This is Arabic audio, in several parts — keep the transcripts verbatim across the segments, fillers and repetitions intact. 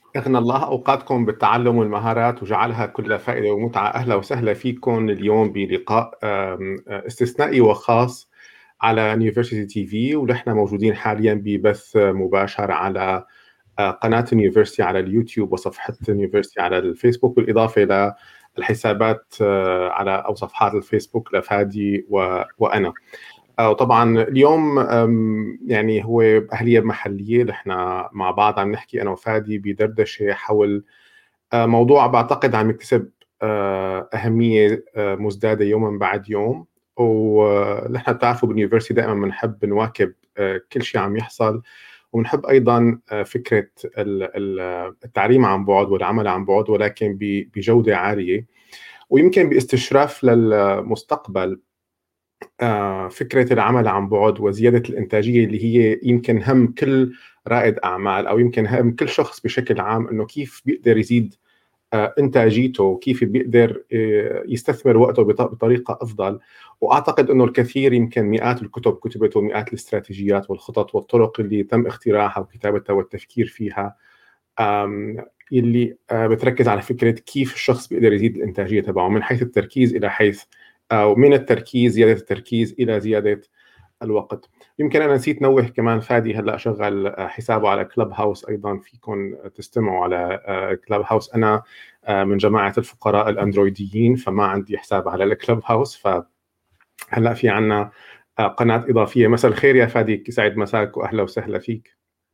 أغنى الله أوقاتكم بالتعلم والمهارات وجعلها كلها فائدة ومتعة. أهلا وسهلا فيكم اليوم بلقاء آم، استثنائي وخاص على يونيفرسيتي تي في، ونحن موجودين حاليا ببث مباشر على آه، قناة يونيفرسيتي على اليوتيوب وصفحة يونيفرسيتي على الفيسبوك، بالإضافة للحسابات آه، على أو صفحات الفيسبوك لفادي و- وأنا. آه، وطبعا اليوم أم، يعني هو أهلية محلية، نحن مع بعض عم نحكي أنا وفادي بدردشة حول آه، موضوع بعتقد عم يكتسب آه، أهمية آه، مزدادة يوما بعد يوم. ونحن بتعرفوا باليونيفرسيتي دائما بنحب نواكب آه، كل شيء عم يحصل، ونحب أيضا آه، فكرة ال- ال- التعليم عن بعد والعمل عن بعد، ولكن ب- بجودة عالية، ويمكن باستشراف للمستقبل. آه، فكرة العمل عن بعد وزيادة الإنتاجية اللي هي يمكن هم كل رائد أعمال، أو يمكن هم كل شخص بشكل عام، إنه كيف بيقدر يزيد آه، إنتاجيته، وكيف بيقدر آه، يستثمر وقته بط- بطريقة أفضل. وأعتقد إنه الكثير، يمكن مئات الكتب كتبت ومئات الاستراتيجيات والخطط والطرق اللي تم اختراعها وكتابتها والتفكير فيها، آم، يلي آه، بتركز على فكرة كيف الشخص بيقدر يزيد الإنتاجية تبعه من حيث التركيز إلى حيث أو من التركيز، زيادة التركيز إلى زيادة الوقت. يمكن أنا نسيت نوه كمان، فادي هلأ شغل آه، حسابه على كلب هاوس، أيضا فيكم تستمعوا على آه، كلب هاوس. أنا آه، من جماعة الفقراء الأندرويديين، فما عندي حساب على الكلب هاوس، فهلأ في عنا آه، قناة إضافية. مساء الخير يا فادي، يسعد مساك وأهلا وسهلا فيك.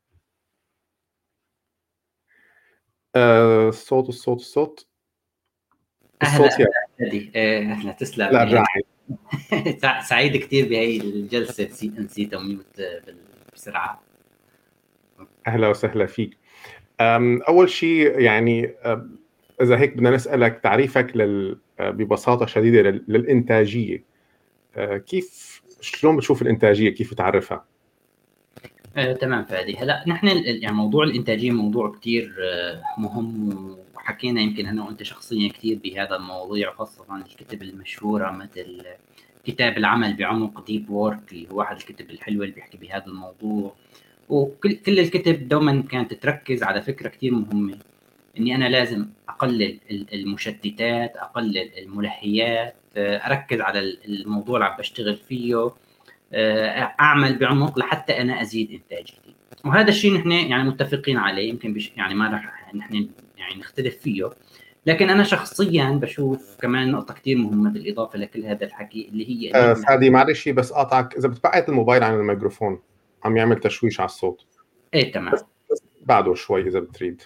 آه، الصوت الصوت الصوت اهلا الصوت يا اهلا فادي. آه، اهلا تسلم. لا آه، الراعي. سع- سعيد كثير بهي الجلسه. نسيت نسيت ميوت آه، بال- بسرعه. أهلا وسهلا فيك. أم، أول شيء يعني أم، إذا هيك بدنا نسألك تعريفك لل آه، ببساطة شديدة لل- للإنتاجية. آه، كيف شلون بتشوف الإنتاجية، كيف بتعرفها؟ آه، تمام فادي. هلا نحن ال- يعني موضوع الانتاجيه موضوع كثير آه، مهم، وحكينا يمكن انا وانت شخصيا كثير بهذا المواضيع، خاصه الكتب المشهوره مثل كتاب العمل بعمق ديب وورك، اللي هو واحد الكتب الحلوه اللي بيحكي بهذا الموضوع. وكل كل الكتب دوما كانت تركز على فكره كثير مهمه، اني انا لازم اقلل المشتتات، اقلل الملهيات، آه، اركز على الموضوع اللي عم بشتغل فيه، آه، اعمل بعمق لحتى انا ازيد انتاجيتي. وهذا الشيء نحن يعني متفقين عليه، يمكن بش يعني ما رح نحن يعني نختلف فيه. لكن انا شخصيا بشوف كمان نقطه كثير مهمه بالاضافه لكل هذا الحكي، اللي هي اني آه، انا فادي معلش بس قاطعك، إذا بتبعد الموبايل عن الميكروفون عم يعمل تشويش على الصوت. ايه تمام. بعده شوي إذا بتريد.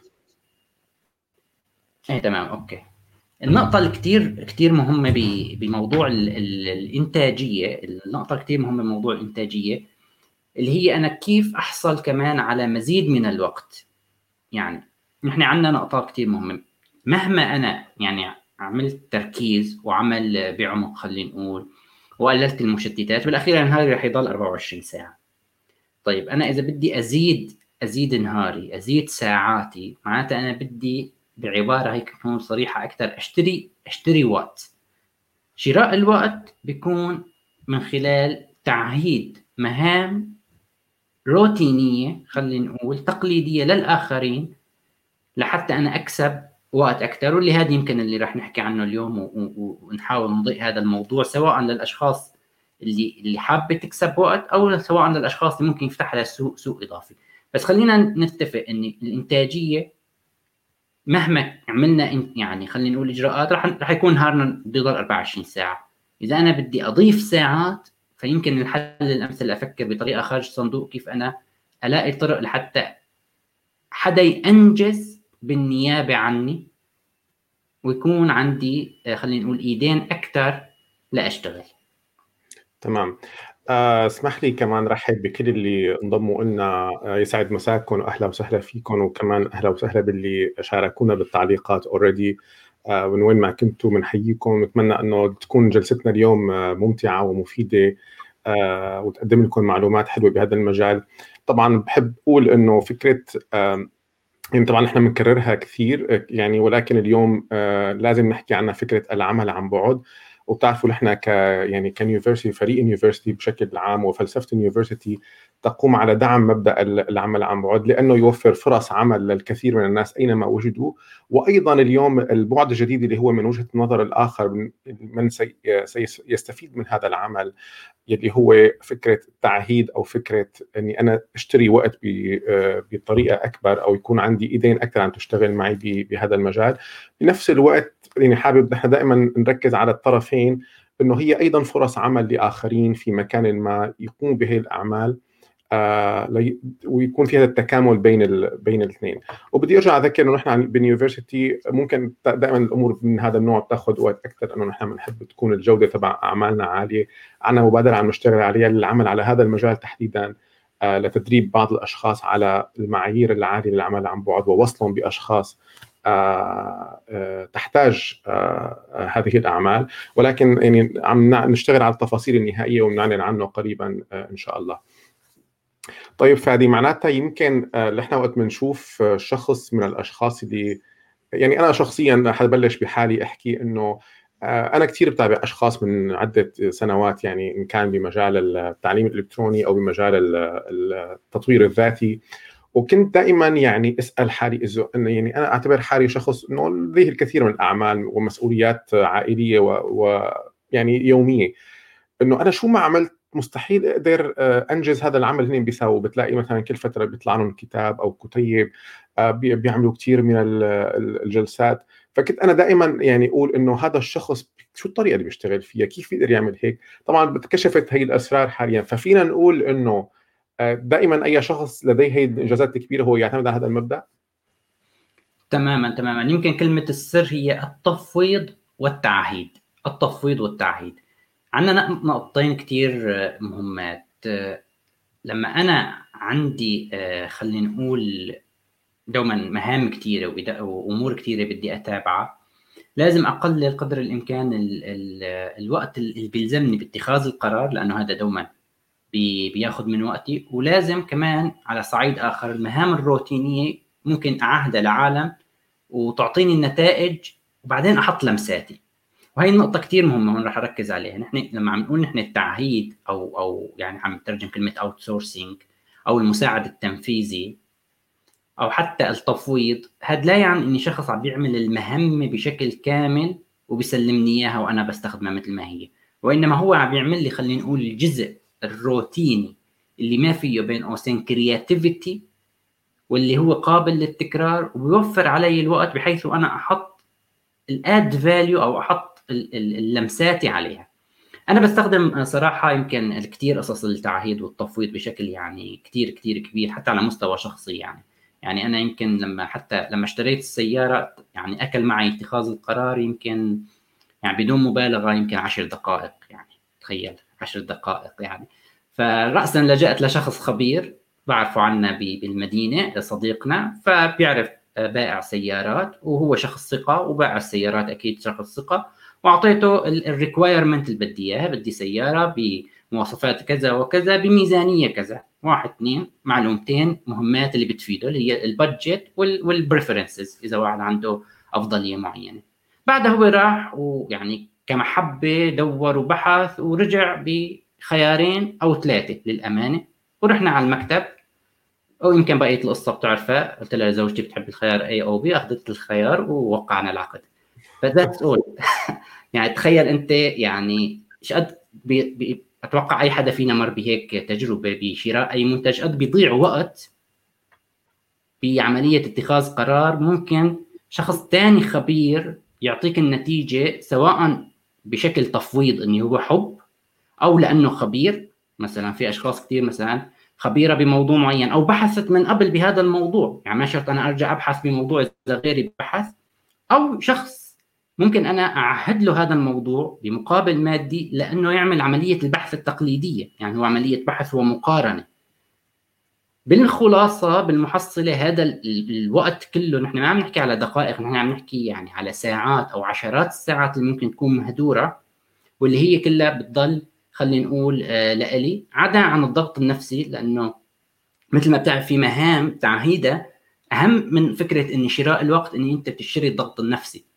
ايه تمام اوكي. النقطة الكتير كتير مهمة ب- بموضوع ال ال الإنتاجية، النقطة الكتير مهمة بموضوع الإنتاجية اللي هي أنا كيف أحصل كمان على مزيد من الوقت. يعني نحن عندنا نقطة كتير مهمة. مهما أنا يعني عملت تركيز وعمل بعمق، خلينا نقول، وقللت المشتتات، بالأخير نهاري رح يضل أربعة وعشرين ساعة. طيب أنا إذا بدي أزيد أزيد نهاري، أزيد ساعاتي، معناتها أنا بدي بعبارة هيك تكون صريحة أكثر، أشتري أشتري وقت. شراء الوقت بيكون من خلال تعهيد مهام روتينية، خلينا نقول تقليدية للآخرين، لحتى أنا أكسب وقت أكثر. واللي هذا يمكن اللي راح نحكي عنه اليوم، و- و- ونحاول نضيء هذا الموضوع سواء للأشخاص اللي اللي حابة تكسب وقت، أو سواء للأشخاص اللي ممكن يفتح لها سوق سوق إضافي. بس خلينا نتفق إن الإنتاجية مهما عملنا إن- يعني خلينا نقول اجراءات، راح راح يكون نهارنا بده يضل أربعة وعشرين ساعه. اذا انا بدي اضيف ساعات، فيمكن الحل الامثل افكر بطريقه خارج الصندوق، كيف انا الاقي طرق لحتى حدا ينجز بالنيابه عني، ويكون عندي آه، خلينا نقول ايدين اكثر لاشتغل. تمام. آه، اسمح لي كمان رحب بكل اللي انضموا لنا. آه، يسعد مساكم واهلا وسهلا فيكم، وكمان اهلا وسهلا باللي شاركونا بالتعليقات اوريدي. من وين ما كنتوا بنحييكم، نتمنى انه تكون جلستنا اليوم آه، ممتعه ومفيده، آه، وتقدم لكم معلومات حلوه بهذا المجال. طبعا بحب اقول انه فكره آه، يعني طبعا احنا بنكررها كثير، آه، يعني ولكن اليوم آه، لازم نحكي عنها، فكره العمل عن بعد. وبتعرفوا نحن ك يعني كيونيفرسيتي، فريق يونيفرسيتي بشكل عام وفلسفه اليونيفرسيتي تقوم على دعم مبدا العمل عن بعد، لانه يوفر فرص عمل للكثير من الناس اينما وجدوا. وايضا اليوم البعد الجديد اللي هو من وجهه نظر الاخر من سيستفيد من هذا العمل، يلي هو فكره التعهيد او فكره اني انا اشتري وقت بطريقه اكبر، او يكون عندي ايدين اكثر عم تشتغل معي بهذا المجال. بنفس الوقت يعني حابب نحن دائما نركز على الطرفين، انه هي ايضا فرص عمل لاخرين في مكان ما يقوم بهذه الاعمال، آه ويكون في هذا التكامل بين ال... بين الاثنين. وبدي ارجع اذكر انه نحن باليونيفرسيتي ممكن دائما الامور من هذا النوع بتاخذ وقت اكثر، انه نحن بنحب تكون الجوده تبع اعمالنا عاليه. عندنا مبادره عم نشتغل عليها للعمل على هذا المجال تحديدا، آه لتدريب بعض الاشخاص على المعايير العاليه للعمل عن بعد، ووصلهم باشخاص آه آه تحتاج آه هذه الاعمال. ولكن يعني عم نشتغل على التفاصيل النهائيه ونعلن عنه قريبا آه ان شاء الله. طيب فادي، معناتها يمكن اللي احنا وقت بنشوف شخص من الاشخاص اللي يعني انا شخصيا حبلش بحالي احكي انه انا كثير بتابع اشخاص من عده سنوات، يعني ان كان بمجال التعليم الالكتروني او بمجال التطوير الذاتي، وكنت دائما يعني اسال حالي اذا انه يعني انا اعتبر حالي شخص انه لديه الكثير من الاعمال ومسؤوليات عائليه ويعني يوميه، انه انا شو ما عملت مستحيل اقدر انجز هذا العمل. هنا بيساووا بتلاقي مثلا كل فتره بيطلع لهم كتاب او كتيب، بيعملوا كثير من الجلسات. فكنت انا دائما يعني اقول انه هذا الشخص شو الطريقه اللي بيشتغل فيها، كيف بيقدر يعمل هيك. طبعا بتكشفت هي الاسرار حاليا، ففينا نقول انه دائما اي شخص لديه هي الانجازات الكبيره هو يعتمد على هذا المبدا. تماما تماما يمكن كلمه السر هي التفويض والتعهيد. التفويض والتعهيد عندنا نقطتين كتير مهمات. لما أنا عندي خلينا نقول دوما مهام كتيرة وأمور كتيرة بدي أتابعها، لازم أقلل قدر الإمكان ال ال الوقت اللي بيلزمني باتخاذ القرار، لأنه هذا دوما بي بياخد من وقتي. ولازم كمان على صعيد آخر المهام الروتينية ممكن أعهدها لعالم وتعطيني النتائج وبعدين أحط لمساتي. وهي النقطة كتير مهمة هون راح أركز عليها. نحن لما عم نقول نحن التعهيد أو أو يعني عم نترجم كلمة outsourcing أو المساعد التنفيذي أو حتى التفويض، هذا لا يعني إني شخص عم بيعمل المهمة بشكل كامل وبيسلمني إياها وأنا بستخدمها مثل ما هي، وإنما هو عم بيعمل لي خلينا نقول الجزء الروتيني اللي ما فيه بين قوسين كرياتيفيتي، واللي هو قابل للتكرار وبيوفر علي الوقت بحيث أنا أحط الاد فاليو أو أحط اللمساتي عليها. أنا بستخدم صراحة يمكن الكثير قصص التعهيد والتفويض بشكل يعني كتير كتير كبير حتى على مستوى شخصي. يعني يعني أنا يمكن لما حتى لما اشتريت السيارة يعني أكل معي اتخاذ القرار يمكن يعني بدون مبالغة يمكن عشر دقائق، يعني تخيل عشر دقائق يعني. فرأسا لجأت لشخص خبير بعرفه عنا بالمدينة، صديقنا، فبيعرف بائع سيارات وهو شخص ثقة، وبائع السيارات أكيد شخص ثقة، وأعطيته الريكوايرمنت اللي بدي إياها. بدي سيارة بمواصفات كذا وكذا بميزانية كذا، واحد اثنين معلومتين مهمات اللي بتفيده اللي هي البادجت والبريفرنسز إذا واحد عنده أفضلية معينة. بعدها هو راح ويعني كمحبة دور وبحث ورجع بخيارين أو ثلاثة للأمانة، ورحنا على المكتب أو يمكن بقية القصة بتعرفها. قلت لها زوجتي بتحب الخيار A أو B، أخذت الخيار ووقعنا العقد. فذاتس أول. يعني تخيل أنت يعني إيش قد بي بي أتوقع أي حدا فينا مر بهيك تجربة بشراء أي منتج، قد بيضيع وقت بعملية اتخاذ قرار ممكن شخص تاني خبير يعطيك النتيجة، سواء بشكل تفويض إنه هو حب أو لأنه خبير. مثلا في أشخاص كتير مثلا خبيرة بموضوع معين أو بحثت من قبل بهذا الموضوع، يعني ما شرط أنا أرجع أبحث بموضوع إذا غيري بحث، أو شخص ممكن أنا أعهد له هذا الموضوع بمقابل مادي لأنه يعمل عملية البحث التقليدية، يعني هو عملية بحث ومقارنة. بالخلاصة بالمحصلة هذا الوقت كله نحن ما عم نحكي على دقائق، نحن عم نحكي يعني على ساعات أو عشرات الساعات اللي ممكن تكون مهدورة، واللي هي كلها بتضل خلينا نقول آه لإلي، عدا عن الضغط النفسي. لأنه مثل ما بتعرف في مهام تعهيدة أهم من فكرة إن شراء الوقت، إن أنت بتشتري الضغط النفسي.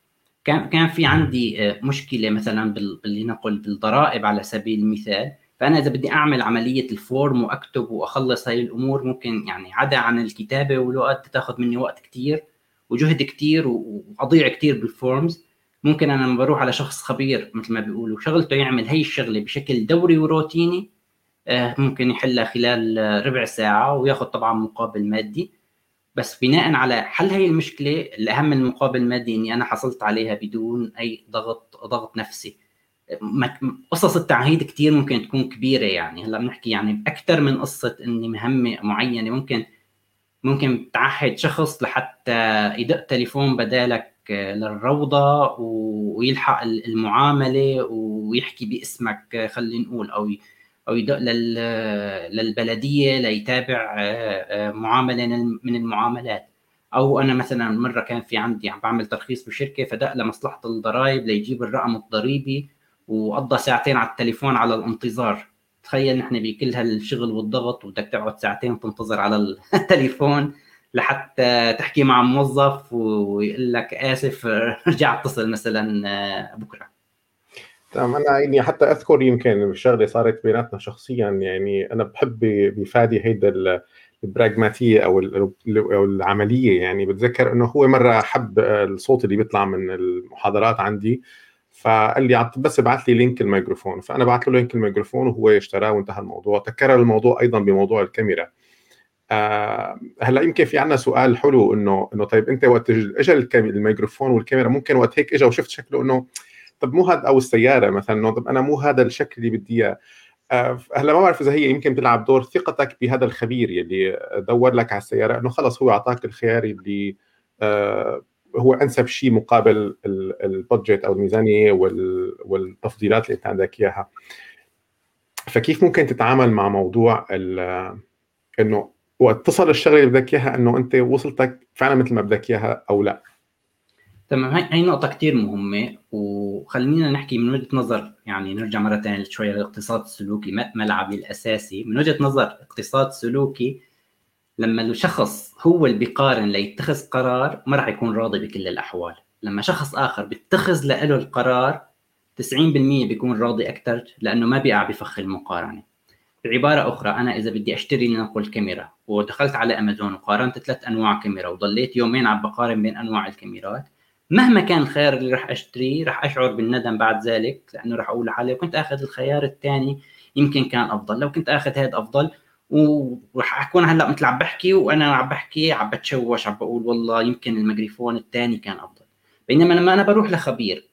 كان كان في عندي آه، مشكله مثلا بال- باللي نقول بالضرائب على سبيل المثال. فانا اذا بدي اعمل عمليه الفورم واكتب واخلص هاي الامور، ممكن يعني عدا عن الكتابه والوقت تاخذ مني وقت كتير وجهد كتير و- واضيع كتير بالفورمز. ممكن انا لما بروح على شخص خبير مثل ما بيقولوا شغلته يعمل هي الشغله بشكل دوري وروتيني، آه، ممكن يحلها خلال آه، ربع ساعه وياخذ طبعا مقابل مادي. بس بناء على حل هي المشكلة، الأهم من المقابل المادي إني أنا حصلت عليها بدون أي ضغط ضغط نفسي. ما- قصص التعهيد كتير ممكن تكون كبيرة، يعني هلا بنحكي يعني بأكثر من قصة إني مهمة معينة. ممكن ممكن تعهد شخص لحتى يدق تليفون بدالك آه، للروضة و- ويلحق المعاملة ويحكي باسمك، آه، خلينا نقول، أو ي- أو يدق لل- للبلدية ليتابع آه، آه، معاملة من من المعاملات. أو أنا مثلا مرة كان في عندي عم بعمل ترخيص بشركة، فدق لمصلحة الضرائب ليجيب الرقم الضريبي وقضى ساعتين على التليفون على الانتظار. تخيل نحن بكل هالشغل والضغط وبدك تقعد ساعتين تنتظر على التليفون لحتى تحكي مع موظف ويقول لك آسف رجع اتصل مثلا آه، بكرة. تمام. انا يعني حتى اذكر يمكن الشغله صارت بيناتنا شخصيا، يعني انا بحب بفادي هيدا ال- البراغماتيه او ال- او العمليه. يعني بتذكر انه هو مره حب الصوت اللي بيطلع من المحاضرات عندي، فقال لي عط- بس ابعث لي لينك الميكروفون. فانا بعث له لينك الميكروفون وهو اشتراه وانتهى الموضوع. تكرر الموضوع ايضا بموضوع الكاميرا. آه هلا يمكن في عنا سؤال حلو، انه انه طيب انت وقت اجى الكامي- الميكروفون والكاميرا، ممكن وقت هيك اجى وشفت شكله انه طب مو هذا، او السياره مثلا، انه طب انا مو هذا الشكل اللي بدي اياه. آه، هلا ما بعرف اذا هي يمكن بتلعب دور ثقتك بهذا الخبير يلي دور لك على السياره، انه خلص هو اعطاك الخيار اللي آه، هو انسب شيء مقابل ال- البادجت او الميزانيه وال- والتفضيلات اللي انت عندك اياها. فكيف ممكن تتعامل مع موضوع ال- انه وقت تصل الشغله اللي بدك اياها، انه انت وصلتك فعلا مثل ما بدك اياها او لا؟ تمام، هاي هاي نقطة كتير مهمة. وخلينا نحكي من وجهة نظر، يعني نرجع مرة ثانية شوية للاقتصاد السلوكي، م- ملعبي الأساسي. من وجهة نظر اقتصاد سلوكي، لما الشخص هو اللي بيقارن ليتخذ قرار ما راح يكون راضي بكل الأحوال. لما شخص آخر بيتخذ له القرار تسعين بالمية بيكون راضي أكثر، لأنه ما بيقع بفخ المقارنة. بعبارة أخرى، أنا إذا بدي أشتري لنقول كاميرا ودخلت على أمازون وقارنت ثلاث أنواع كاميرا وضليت يومين عم بقارن بين أنواع الكاميرات، مهما كان الخيار اللي راح أشتريه راح أشعر بالندم بعد ذلك، لأنه راح أقول لحالي كنت أخذ الخيار الثاني يمكن كان أفضل، لو كنت أخذ هذا أفضل. وراح أكون هلأ مثل عم بحكي وأنا عم بحكي عم بتشوش، عم بقول والله يمكن الميكروفون الثاني كان أفضل. بينما لما أنا بروح لخبير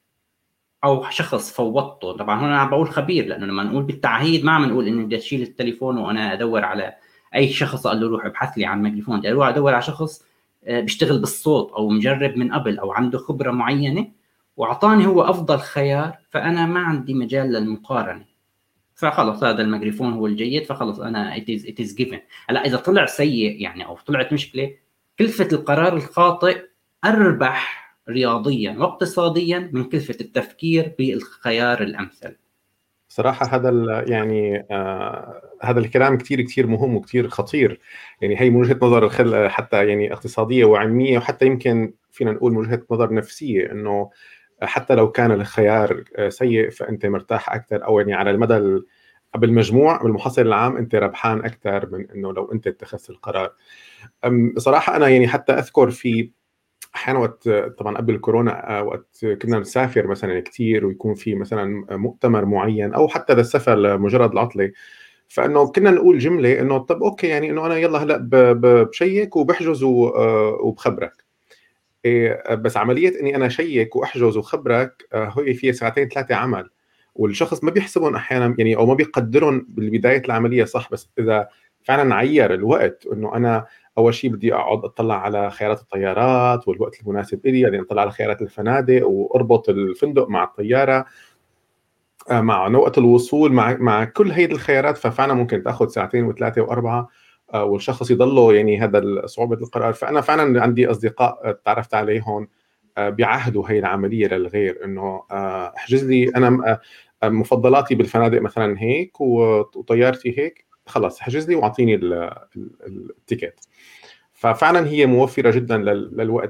او شخص فوضته، طبعا هنا عم بقول خبير، لانه لما نقول بالتعهيد ما عم نقول اني بدي اشيل التليفون وانا ادور على اي شخص اقول له روح ابحث لي عن ميكروفون. بدي اروح ادور على شخص آه، بيشتغل بالصوت او مجرب من قبل او عنده خبره معينه واعطاني هو افضل خيار، فانا ما عندي مجال للمقارنه. فخلص هذا الميكروفون هو الجيد، فخلص انا it is, it is given. هلا اذا طلع سيء يعني او طلعت مشكله، كلفه القرار الخاطئ اربح رياضيا واقتصاديا من كلفه التفكير بالخيار الامثل. صراحة هذا ال- يعني آه هذا الكلام كتير كتير مهم وكتير خطير. يعني هي من وجهة نظر الخل حتى يعني اقتصادية وعلمية، وحتى يمكن فينا نقول من وجهة نظر نفسية، انه حتى لو كان الخيار آه، سيء فانت مرتاح اكثر، او يعني على المدى ال- بالمجموع بالمحصل العام انت ربحان اكثر من انه لو انت اتخذت القرار. أم، صراحة انا يعني حتى اذكر في احيانا وقت طبعا قبل الكورونا، آه، وقت كنا نسافر مثلا كثير ويكون في مثلا مؤتمر معين او حتى للسفر لمجرد العطله، فانه كنا نقول جمله انه طب اوكي، يعني انه انا يلا هلا ب- ب- بشيك وبحجز و- آه، وبخبرك. إيه، بس عمليه اني انا شيك واحجز وخبرك آه، هي فيها ساعتين ثلاثه عمل، والشخص ما بيحسبهم احيانا يعني، او ما بيقدرهم بالبدايه العمليه صح. بس اذا فعلا عير الوقت، انه انا اول شيء بدي اقعد اطلع على خيارات الطيارات والوقت المناسب لي، يعني اطلع على خيارات الفنادق واربط الفندق مع الطياره آه، مع وقت الوصول، مع مع كل هيدي الخيارات، ففعلا ممكن تاخذ ساعتين وثلاثه واربعه، آه، والشخص يضله يعني هذا صعوبه القرار. فانا فعلا عندي اصدقاء آه، تعرفت عليهم آه، بيعهدوا هي العمليه للغير، انه آه، احجز لي انا آه، مفضلاتي بالفنادق مثلا هيك وطيارتي هيك، خلص احجز لي واعطيني ال- ال- التيكت. ففعلا هي موفره جدا لل- للوقت.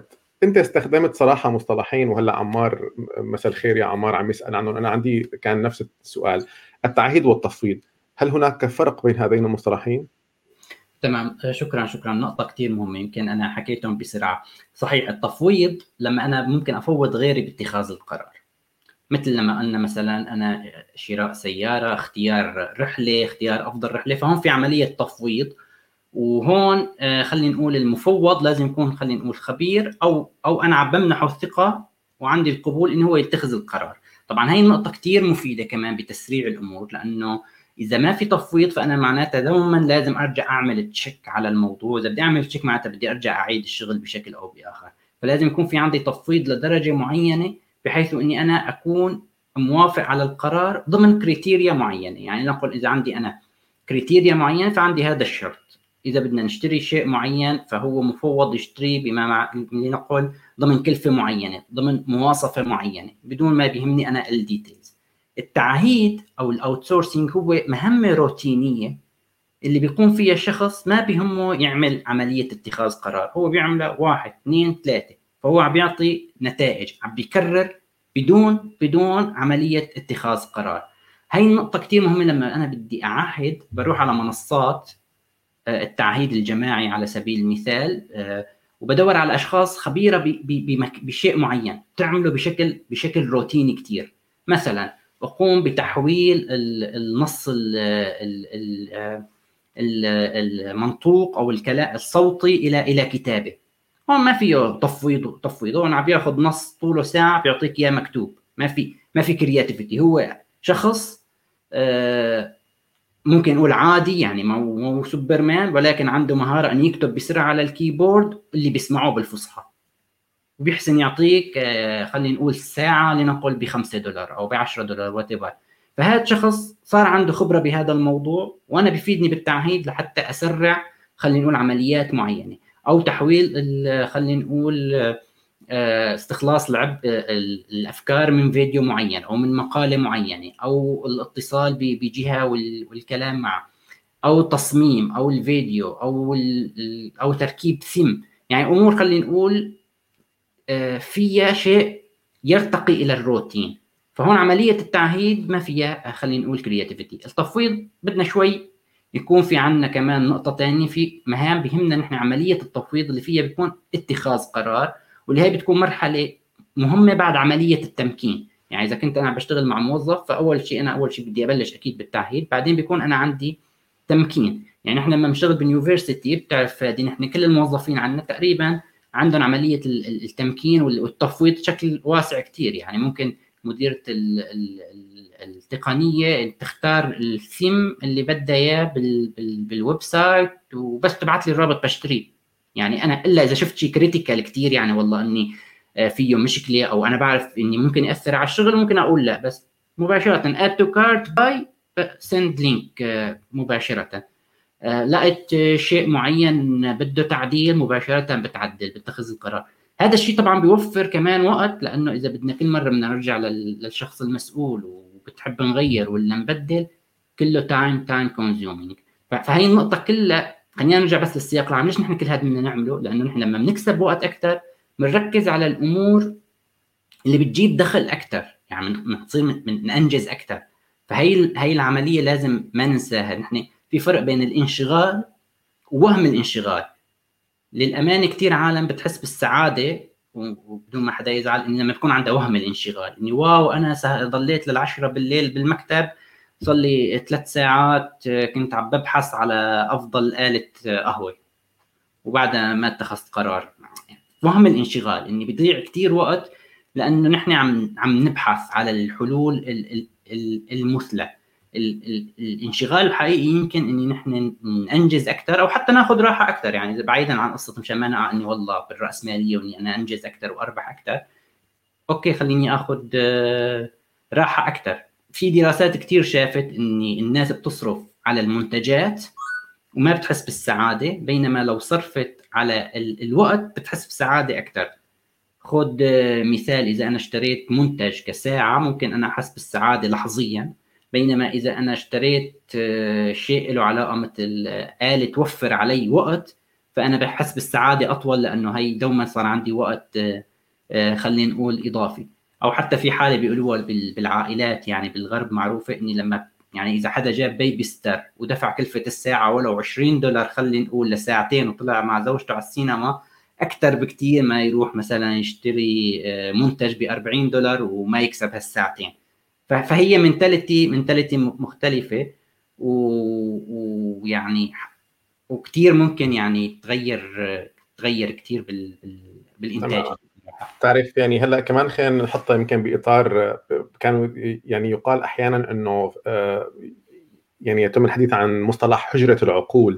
انت استخدمت صراحه مصطلحين، وهلا عمار، مساء الخير يا عمار، عم يسال عنهم. انا عندي كان نفس السؤال، التعهيد والتفويض، هل هناك فرق بين هذين المصطلحين؟ تمام، شكرا شكرا نقطة كتير مهمة، يمكن أنا حكيتهم بسرعة. صحيح، التفويض لما أنا ممكن أفوض غيري باتخاذ القرار، مثل لما قلنا مثلا أنا شراء سيارة، اختيار رحلة، اختيار أفضل رحلة، فهون في عملية تفويض. وهون خلينا نقول المفوض لازم يكون خلينا نقول خبير، أو أو أنا عم بمنحه الثقة وعندي القبول إنه هو يتخذ القرار. طبعا هاي النقطة كتير مفيدة كمان بتسريع الأمور، لأنه إذا ما في تفويض فأنا معناتها دوما لازم أرجع أعمل تشيك على الموضوع. إذا بدي أعمل تشيك معناتها بدي أرجع أعيد الشغل بشكل أو بآخر. فلازم يكون في عندي تفويض لدرجة معينة بحيث إني أنا أكون موافق على القرار ضمن كريتيريا معينة. يعني نقول إذا عندي أنا كريتيريا معينة فعندي هذا الشرط، إذا بدنا نشتري شيء معين فهو مفوض يشتريه بما مع... نقول ضمن كلفة معينة، ضمن مواصفة معينة، بدون ما بيهمني أنا الديتيلز. التعهيد أو الأوتسورسينج هو مهمة روتينية اللي بيقوم فيها شخص ما بيهمه يعمل عملية اتخاذ قرار، هو بيعمل واحد اثنين ثلاثة، فهو عم بيعطي نتائج، عم بيكرر بدون بدون عملية اتخاذ قرار. هاي النقطة كتير مهمة. لما أنا بدي أعهد بروح على منصات التعهيد الجماعي على سبيل المثال، وبدور على أشخاص خبيرة بشيء معين تعمله بشكل بشكل روتيني كتير. مثلا أقوم بتحويل النص المنطوق أو الكلام الصوتي إلى إلى كتابة. هون ما فيه تفويض تفويض هون عم بياخذ نص طوله ساعة بيعطيك إياه مكتوب. ما في ما في كرياتيفيتي. هو شخص ممكن نقول عادي، يعني مو مو سوبرمان، ولكن عنده مهارة أن يكتب بسرعة على الكيبورد اللي بيسمعوه بالفصحى، وبيحسن يعطيك خلينا نقول ساعة لنقل بخمسة دولار أو بعشرة دولار واتيفر. فهذا شخص صار عنده خبرة بهذا الموضوع، وأنا بيفيدني بالتعهيد لحتى أسرع خلينا نقول عمليات معينة، أو تحويل خلينا نقول استخلاص العب الافكار من فيديو معين او من مقاله معينه، او الاتصال بجهه والكلام معه، او تصميم او الفيديو او او تركيب ثيم. يعني امور خلينا نقول فيها شيء يرتقي الى الروتين. فهون عمليه التعهيد ما فيها خلينا نقول كرياتيفيتي. التفويض بدنا شوي يكون في عندنا كمان نقطه ثانيه، في مهام بهمنا نحن عمليه التفويض اللي فيها بيكون اتخاذ قرار، واللي هي بتكون مرحله مهمه بعد عمليه التمكين. يعني اذا كنت انا بشتغل مع موظف، فاول شيء انا اول شيء بدي ابلش اكيد بالتعهيد، بعدين بيكون انا عندي تمكين. يعني احنا لما بنشتغل باليونيفرسيتي بتعرف دي، نحن كل الموظفين عندنا تقريبا عندهم عمليه التمكين والتفويض بشكل واسع كثير. يعني ممكن مديره التقنيه تختار الثيم اللي بدها اياه بالويب سايت وبس تبعت لي الرابط بشتريه. يعني انا الا اذا شفت شيء كريتيكال كثير، يعني والله اني فيه مشكله او انا بعرف اني ممكن ياثر على الشغل، ممكن اقول لا، بس مباشره add to cart buy send link مباشره. لقيت شيء معين بده تعديل مباشره بتعدل بتخذ القرار. هذا الشيء طبعا بيوفر كمان وقت، لانه اذا بدنا كل مره بدنا نرجع للشخص المسؤول وبتحب نغير ولا نبدل، كله تايم تايم كونسيومينج. فهي النقطه كلها. خلينا نرجع بس للسياق العام، ليش نحن كل هذا بدنا نعمله؟ لانه نحن لما بنكسب وقت اكثر بنركز على الامور اللي بتجيب دخل اكثر، يعني بنصير من ننجز اكثر. فهي هي العمليه لازم ما ننساها. نحن في فرق بين الانشغال ووهم الانشغال. للامانه كثير عالم بتحس بالسعاده وبدون ما حدا يزعل ان لما تكون عندها وهم الانشغال، اني واو انا ضليت للعشرة بالليل بالمكتب، صار لي ثلاث ساعات كنت عم ببحث على افضل آلة قهوه وبعدها ما اتخذت قرار. وهم الانشغال اني بيضيع كثير وقت، لانه نحن عم عم نبحث على الحلول المثلى. الانشغال الحقيقي يمكن اني نحن ننجز اكثر او حتى ناخذ راحه اكثر. يعني بعيدا عن قصه مشان ما نقع اني والله بالراسماليه واني انا انجز اكثر واربح اكثر، اوكي خليني اخذ راحه اكثر. في دراسات كثير شافت اني الناس بتصرف على المنتجات وما بتحس بالسعاده، بينما لو صرفت على الوقت بتحس بسعاده اكثر. خذ مثال، اذا انا اشتريت منتج كساعه ممكن انا احس بالسعاده لحظيا، بينما اذا انا اشتريت شيء له علاقه مثل آلة توفر علي وقت فانا بحس بالسعاده اطول، لانه هي دوما صار عندي وقت خلينا نقول اضافي. او حتى في حاله بيقولوها بالعائلات، يعني بالغرب معروفه اني لما يعني اذا حدا جاب بيبي ستار ودفع كلفه الساعه ولو عشرين دولار خلينا نقول لساعتين وطلع مع زوجته على السينما، اكثر بكثير ما يروح مثلا يشتري منتج ب أربعين دولار وما يكسب هالساعتين. فهي منتاليتي منتاليتي مختلفه، ويعني وكثير ممكن يعني تغير تغير كثير بال... بالانتاج. تعرف يعني هلا كمان خلينا نحطها يمكن باطار كانوا يعني يقال احيانا انه يعني يتم الحديث عن مصطلح حجره العقول،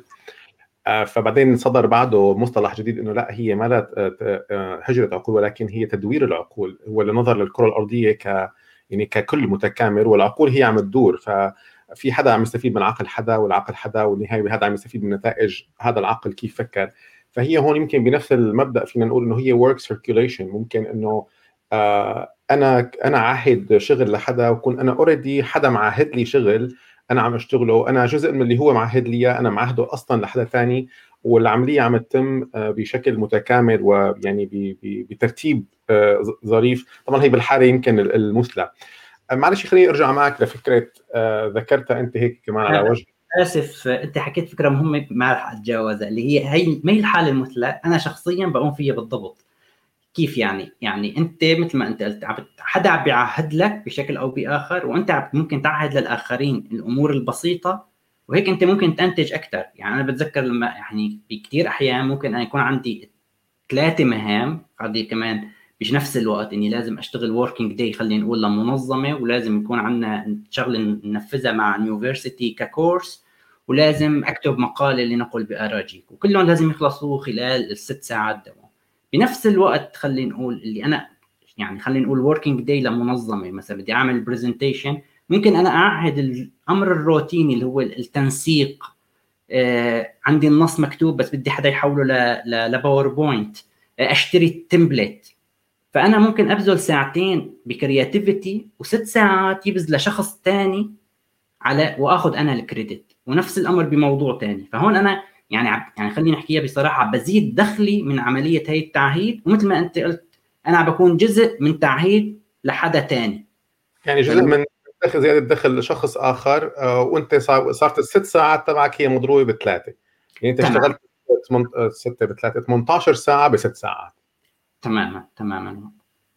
فبعدين صدر بعده مصطلح جديد انه لا، هي ما لا حجره عقول ولكن هي تدوير العقول، هو النظر للكره الارضيه ك يعني ككل متكامل، والعقول هي عم تدور، ففي حدا عم يستفيد من عقل حدا والعقل حدا، والنهايه بهذا عم يستفيد من نتائج هذا العقل كيف فكر. فهي هون يمكن بنفس المبدا فينا نقول انه هي work circulation. ممكن انه آه انا انا عاهد شغل لحدا، وكون انا اوريدي حدا معاهد لي شغل انا عم اشتغله، انا جزء من اللي هو معاهد لي، انا معاهده اصلا لحدا ثاني، والعمليه عم تتم بشكل متكامل ويعني بترتيب ظريف. طبعا هي بالحاله يمكن المثلى. معلش خليني ارجع معك لفكره ذكرتها انت هيك كمان على وجه. اسف، انت حكيت فكره مهمه ما رح اتجاوزها، اللي هي هي ما هي الحاله المثلى. انا شخصيا بقوم فيها بالضبط. كيف يعني؟ يعني انت مثل ما انت قلت حدا عم بيعهد لك بشكل او باخر، وانت ممكن تعهد للاخرين الامور البسيطه، وهيك انت ممكن تنتج اكثر. يعني انا بتذكر لما يعني بكثير احيان ممكن انا يكون عندي ثلاثه مهام هذه كمان مش نفس الوقت، اني لازم اشتغل وركينج داي خلينا نقول لمنظمه، ولازم يكون عندنا شغله ننفذها مع يونيفرسيتي ككورس، ولازم اكتب مقاله لنقل باراجيك، وكلهم لازم يخلصوا خلال الست ساعات دوام. بنفس الوقت خلينا نقول اللي انا يعني خلينا نقول وركينج داي لمنظمه مثلا بدي اعمل برزنتيشن، ممكن انا اعهد الامر الروتيني اللي هو التنسيق. آه عندي النص مكتوب بس بدي حدا يحوله لباوربوينت، آه اشتري التمبلت. فانا ممكن ابذل ساعتين بكرياتيفيتي وست ساعات يبذل لشخص ثاني على واخذ انا الكريدت. ونفس الامر بموضوع ثاني. فهون انا يعني يعني خليني احكيها بصراحه، بزيد دخلي من عمليه هي التعهيد، ومثل ما انت قلت انا بكون جزء من تعهيد لحدا ثاني، يعني جزء فلو... من دخل زياده دخل لشخص اخر. وانت صارت الست ساعات تبعك هي مضروبه بثلاثه، يعني انت تمام. اشتغلت ستة بثلاثة ثمانية عشر ساعه بست ساعات. تماما تماما.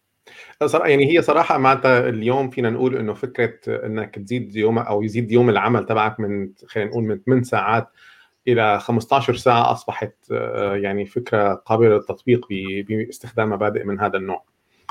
يعني هي صراحه معناتها اليوم فينا نقول انه فكره انك تزيد يوم او يزيد يوم العمل تبعك من خلينا نقول من ثمان ساعات الى خمسة عشر ساعه اصبحت يعني فكره قابله للتطبيق باستخدام مبادئ من هذا النوع.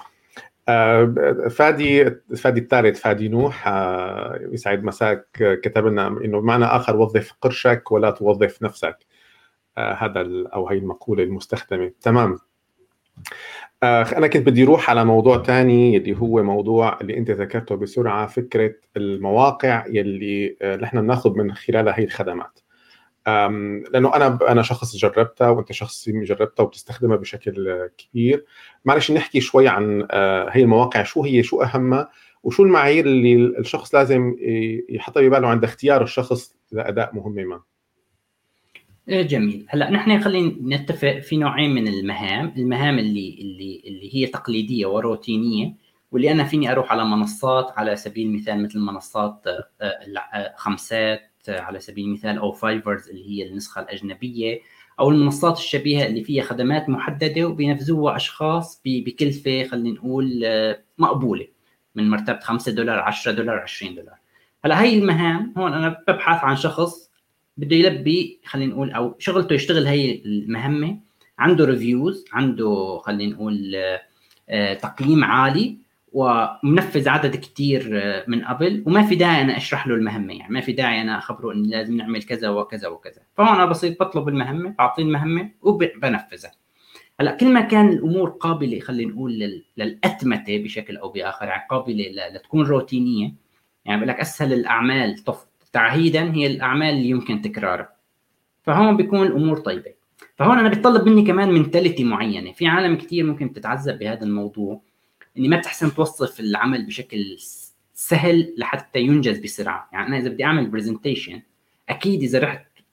فادي فادي الثالث فادي نوح يسعد مساك كتب لنا انه بمعنى اخر وظف قرشك ولا توظف نفسك. هذا او هي المقوله المستخدمه. تمام. انا كنت بدي اروح على موضوع ثاني اللي هو موضوع اللي انت ذكرته بسرعه، فكره المواقع يلي نحن بناخذ من خلالها هي الخدمات. لانه انا انا شخص جربتها وانت شخص جربتها وبتستخدمها بشكل كبير. معلش نحكي شوي عن هي المواقع، شو هي، شو اهمها، وشو المعايير اللي الشخص لازم يحطها بباله عند اختيار الشخص لاداء مهمه ما. جميل. هلا نحن خلينا نتفق في نوعين من المهام. المهام اللي اللي اللي هي تقليديه وروتينيه، واللي انا فيني اروح على منصات على سبيل المثال مثل منصات خمسات على سبيل المثال، او فايفرز اللي هي النسخه الاجنبيه، او المنصات الشبيهه اللي فيها خدمات محدده وبينفذوها اشخاص بكلفه خلينا نقول مقبوله من مرتبه خمسة دولار عشرة دولار عشرين دولار. هلا هي المهام هون انا ببحث عن شخص بده يلبي خلينا نقول او شغلته يشتغل هي المهمه، عنده ريفيوز، عنده خلينا نقول تقييم عالي، ومنفذ عدد كتير من قبل، وما في داعي انا اشرح له المهمه. يعني ما في داعي انا اخبره ان لازم نعمل كذا وكذا وكذا. فهون انا بسيط بطلب المهمه، بعطيه المهمه وبنفذها. هلا كل ما كان الامور قابله خلينا نقول للاتمته بشكل او باخر، يعني قابله لتكون روتينيه، يعني بقول لك اسهل الاعمال تعهيدا هي الاعمال اللي يمكن تكرارها، فهون بيكون الامور طيبه. فهون انا بيطلب مني كمان منتاليتي معينه. في عالم كتير ممكن تتعذب بهذا الموضوع، اني ما بتحسن توصف العمل بشكل سهل لحتى ينجز بسرعه. يعني انا اذا بدي اعمل برزنتيشن، اكيد اذا رحت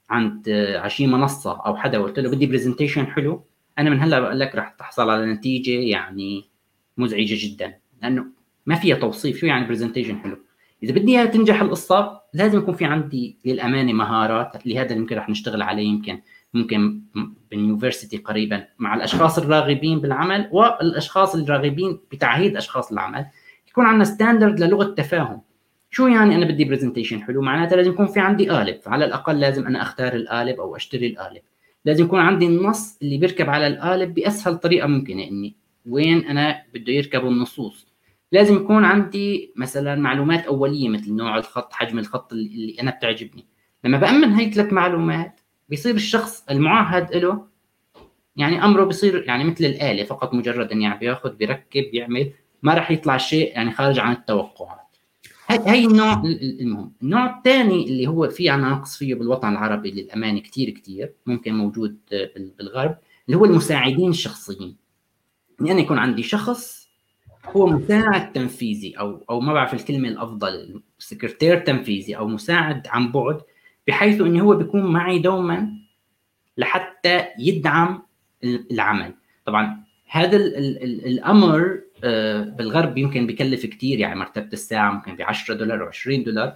عند على شي منصه او حدا وقلت له بدي برزنتيشن حلو، انا من هلا بقول لك رح تحصل على نتيجه يعني مزعجه جدا، لانه ما فيها توصيف. شو يعني برزنتيشن حلو؟ اذا بدي اياها تنجح القصه لازم يكون في عندي للامانه مهارات، لهذا يمكن رح نشتغل عليه يمكن ممكن باليونيفرسيتي قريبا مع الاشخاص الراغبين بالعمل والاشخاص الراغبين بتعهيد اشخاص العمل، يكون عندنا ستاندرد للغه تفاهم. شو يعني انا بدي برزنتيشن حلو؟ معناتها لازم يكون في عندي قالب، على الاقل لازم انا اختار القالب او اشتري القالب، لازم يكون عندي النص اللي بيركب على القالب باسهل طريقه ممكنه، اني وين انا بده يركب النصوص. لازم يكون عندي مثلا معلومات اوليه مثل نوع الخط، حجم الخط اللي انا بتعجبني. لما بامن هاي ثلاث معلومات بيصير الشخص المعهد له يعني امره بيصير يعني مثل الاله، فقط مجرد انه يعني بياخذ بيركب بيعمل، ما راح يطلع شيء يعني خارج عن التوقعات. هاي هاي النوع المهم. النوع الثاني اللي هو في عنا نقص فيه بالوطن العربي للامانه كثير كثير ممكن موجود بالغرب، اللي هو المساعدين الشخصيين. يعني أنا يكون عندي شخص هو مساعد تنفيذي او او ما بعرف الكلمه الافضل، سكرتير تنفيذي او مساعد عن بعد، بحيث انه هو بيكون معي دوما لحتى يدعم العمل. طبعا هذا ال ال ال الامر بالغرب يمكن بكلف كثير، يعني مرتبه الساعه ممكن ب عشرة دولار و عشرين دولار،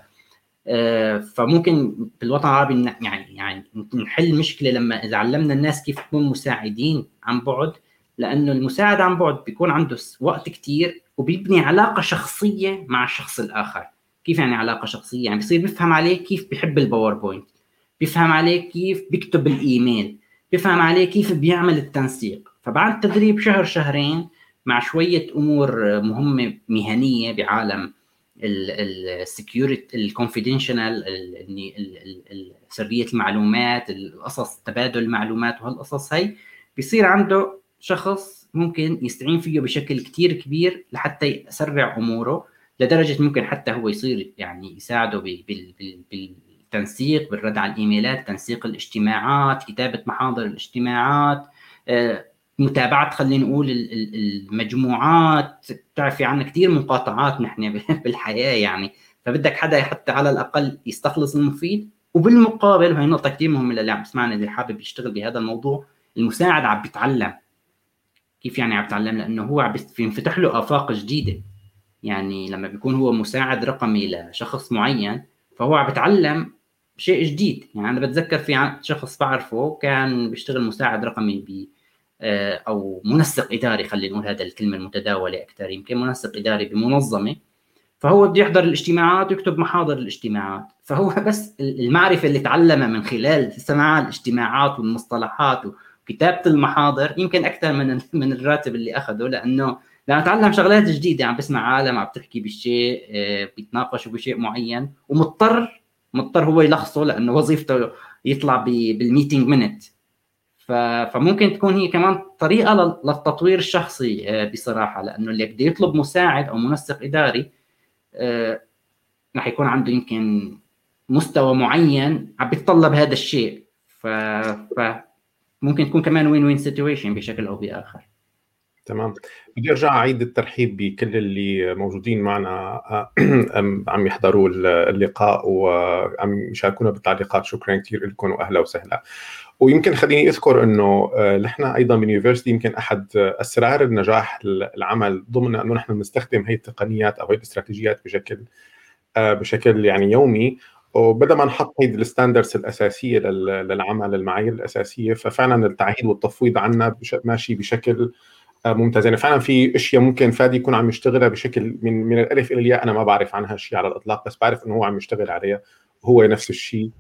فممكن بالوطن العربي يعني يعني نحل مشكله لما اذا علمنا الناس كيف يكونوا مساعدين عن بعد، لانه المساعد عن بعد بيكون عنده وقت كثير وبيبني علاقه شخصيه مع الشخص الاخر. كيف يعني علاقه شخصيه؟ يعني بيصير بيفهم عليه كيف بيحب الباوربوينت، بيفهم عليه كيف بيكتب الايميل، بيفهم عليه كيف بيعمل التنسيق. فبعد تدريب شهر شهرين مع شويه امور مهمه مهنيه بعالم السكيورتي الكونفيدنشنال، سريه المعلومات، القصص تبادل المعلومات وهالقصص هي، بيصير عنده شخص ممكن يستعين فيه بشكل كتير كبير لحتى يسرع اموره، لدرجه ممكن حتى هو يصير يعني يساعده بالتنسيق، بالرد على الايميلات، تنسيق الاجتماعات، كتابه محاضر الاجتماعات، متابعة خلينا نقول المجموعات. بتعرفي عنا كتير مقاطعات نحن بالحياة يعني، فبدك حدا حتى على الأقل يستخلص المفيد. وبالمقابل وهي نقطة كتير مهمة للي عم يسمعنا اللي حابب يشتغل بهذا الموضوع، المساعد عم بيتعلم. كيف يعني عم بيتعلم؟ لأنه هو عم بينفتح له آفاق جديدة. يعني لما بيكون هو مساعد رقمي لشخص معين فهو عم بيتعلم شيء جديد. يعني أنا بتذكر في شخص بعرفه كان بيشتغل مساعد رقمي ب او منسق اداري، خلينا نقول هذا الكلمه المتداوله اكثر، يمكن منسق اداري بمنظمه، فهو بده يحضر الاجتماعات ويكتب محاضر الاجتماعات. فهو بس المعرفه اللي تعلمها من خلال سماع الاجتماعات والمصطلحات وكتابه المحاضر يمكن اكثر من من الراتب اللي اخذه، لانه لانه تعلم شغلات جديده، عم بسمع عالم عم تحكي بشيء، بيتناقشوا بشيء معين، ومضطر مضطر هو يلخصه لانه وظيفته يطلع بالميتينج مينت. فممكن تكون هي كمان طريقة للتطوير الشخصي بصراحة، لأنه اللي بده يطلب مساعد أو منسق إداري رح يكون عنده يمكن مستوى معين عم بيتطلب هذا الشيء، فممكن تكون كمان وين وين سيتويشن بشكل أو بآخر. تمام. بدي ارجع اعيد الترحيب بكل اللي موجودين معنا عم يحضروا اللقاء وعم يشاركونا بالتعليقات. شكرا كثير لكم واهلا وسهلا. ويمكن خليني اذكر انه نحن ايضا باليونيفرسيتي يمكن احد اسرار النجاح العمل ضمن انه نحن بنستخدم هي التقنيات او هي الاستراتيجيات بشكل بشكل يعني يومي، وبدل ما نحط هيدي الستاندردز الاساسيه للعمل، المعايير الاساسيه، ففعلا التعهيد والتفويض عنا ماشي بشكل ممتاز. يعني فعلا في اشياء ممكن فادي يكون عم يشتغلها بشكل من من الالف الى الياء، انا ما بعرف عنها شيء على الاطلاق، بس بعرف انه هو عم يشتغل عليها وهو نفس الشيء.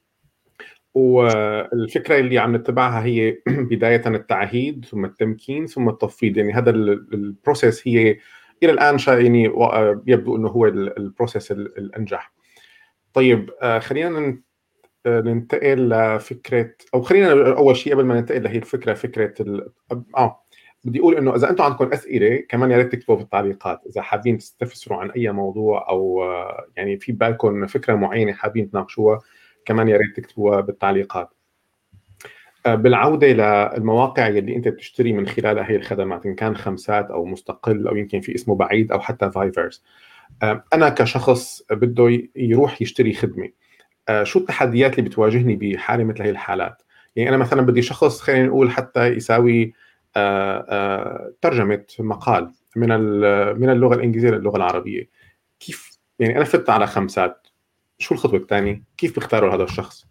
والفكره اللي عم نتبعها هي بدايه التعهيد ثم التمكين ثم التفويض. يعني هذا البروسيس هي الى الان يعني يبدو انه هو البروسيس الانجح. طيب خلينا ننتقل لفكره، او خلينا اول شيء قبل ما ننتقل لهي الفكره، فكره ال... اه بدي اقول انه اذا انتم عندكم اسئله كمان يا ريت تكتبوا بالتعليقات، اذا حابين تستفسروا عن اي موضوع او يعني في بالكم فكره معينه حابين تناقشوها كمان يا ريت تكتبوها بالتعليقات. بالعوده للمواقع اللي انت بتشتري من خلالها هي الخدمات، ان كان خمسات او مستقل او يمكن في اسمه بعيد او حتى فايفرز، انا كشخص بده يروح يشتري خدمه، شو التحديات اللي بتواجهني بحالة مثل هي الحالات؟ يعني أنا مثلا بدي شخص خلينا نقول حتى يساوي ترجمة مقال من من اللغة الإنجليزية للغة العربية، كيف يعني أنا فت على خمسات، شو الخطوة الثانية؟ كيف بختاروا هذا الشخص؟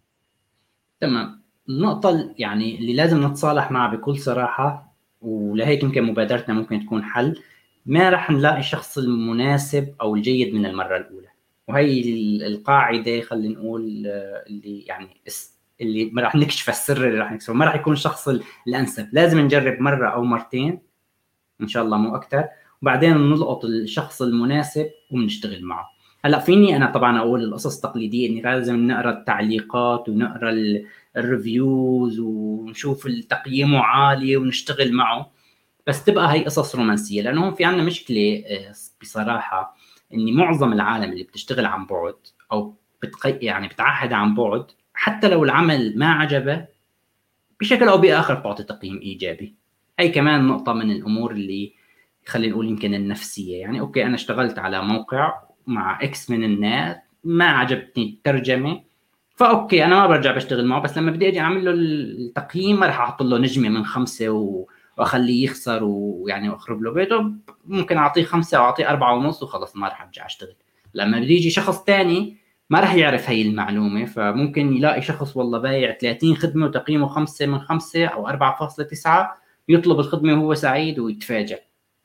تمام. النقطة يعني اللي لازم نتصالح معها بكل صراحة، ولهيك يمكن مبادرتنا ممكن تكون حل، ما رح نلاقي الشخص المناسب أو الجيد من المرة الأولى. وهي القاعدة خلينا نقول اللي يعني اللي ما رح نكشف السر اللي رح نكشفه، ما رح يكون الشخص الأنسب. لازم نجرب مرة أو مرتين إن شاء الله مو أكتر، وبعدين نلقط الشخص المناسب وبنشتغل معه. هلا فيني انا طبعا اقول القصص التقليديه اني لازم نقرا التعليقات ونقرا الريفيوز ونشوف تقييمه عالي ونشتغل معه، بس تبقى هي قصص رومانسيه. لانه في عندنا مشكله بصراحه، اني معظم العالم اللي بتشتغل عن بعد او بتقي يعني بتعهد عن بعد، حتى لو العمل ما عجبه بشكل او باخر بتعطي تقييم ايجابي. هي كمان نقطه من الامور اللي خلينا نقول يمكن النفسيه. يعني اوكي انا اشتغلت على موقع مع اكس من الناس، ما عجبتني الترجمه، فاوكي انا ما برجع بشتغل معه. بس لما بدي اجي اعمل له التقييم ما راح احط له نجمه من خمسه و... واخليه يخسر ويعني اخرب له بيته. ممكن اعطيه خمسه او اعطيه اربعه ونص وخلص ما راح ارجع اشتغل. لما بدي يجي شخص ثاني ما راح يعرف هي المعلومه، فممكن يلاقي شخص والله بايع ثلاثين خدمه وتقييمه خمسه من خمسه او أربعة فاصلة تسعة، يطلب الخدمه وهو سعيد ويتفاجئ.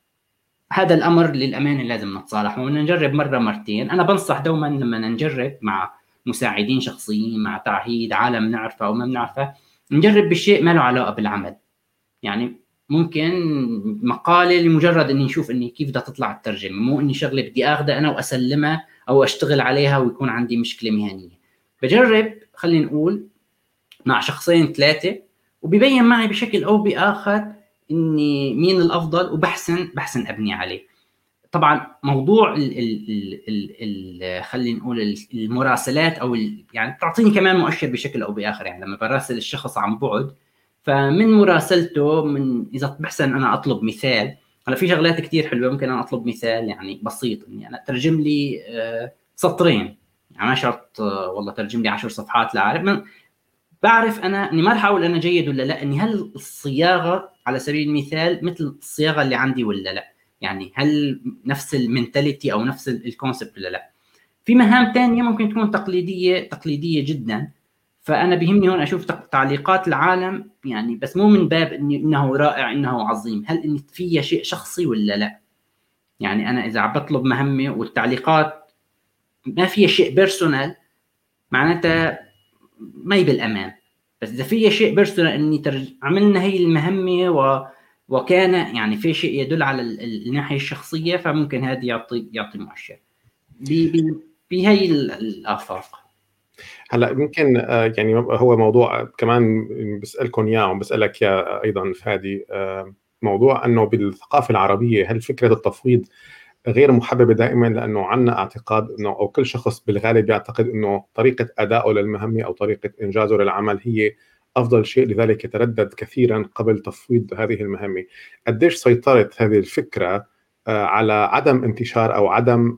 هذا الامر للامانه لازم نتصالح وبدنا نجرب مره مرتين. انا بنصح دوما لما نجرب مع مساعدين شخصيين، مع تعهيد عالم نعرفه او ما بنعرفه، نجرب بالشيء ما له علاقه بالعمل. يعني ممكن مقاله لمجرد اني نشوف اني كيف بدها تطلع الترجمه، مو اني شغله بدي اخذها انا واسلمها او اشتغل عليها ويكون عندي مشكله مهنيه. بجرب خلينا نقول مع شخصين ثلاثه وبيبين معي بشكل او باخر اني مين الافضل، وبحسن بحسن ابني عليه. طبعا موضوع ال ال ال ال خلينا نقول المراسلات او يعني تعطيني كمان مؤشر بشكل او باخر. يعني لما براسل الشخص عن بعد، فمن مراسلته من اذا بحسن انا اطلب مثال. هلا في شغلات كثير حلوه، ممكن انا اطلب مثال يعني بسيط اني انا ترجم لي سطرين، يعني ما شرط والله ترجم لي عشر صفحات. لا اعرف، بعرف انا اني ما راح اقول انا جيد ولا لا، اني هل الصياغه على سبيل المثال مثل الصياغه اللي عندي ولا لا، يعني هل نفس المنتاليتي او نفس الكونسبت ولا لا. في مهام ثانيه ممكن تكون تقليديه تقليديه جدا، فانا بيهمني هون اشوف تعليقات العالم، يعني بس مو من باب اني انه رائع انه عظيم، هل ان فيها شيء شخصي ولا لا. يعني انا اذا عم بطلب مهمه والتعليقات ما فيها شيء بيرسونال، معناتها ما هي بالامان. بس اذا في شيء بيرسونال اني ترج... عملنا هي المهمه و... وكان يعني في شيء يدل على ال... الناحيه الشخصيه، فممكن هذه يعطي يعطي مؤشر ب... بهي الافاق. هلا يمكن يعني هو موضوع كمان بسالكم اياه وعم بسالك يا ايضا فادي، موضوع انه بالثقافه العربيه هل فكره التفويض غير محببه دائما، لانه عندنا اعتقاد انه او كل شخص بالغالب يعتقد انه طريقه ادائه للمهمه او طريقه انجازه للعمل هي افضل شيء، لذلك يتردد كثيرا قبل تفويض هذه المهمه. قديش سيطرت هذه الفكره على عدم انتشار او عدم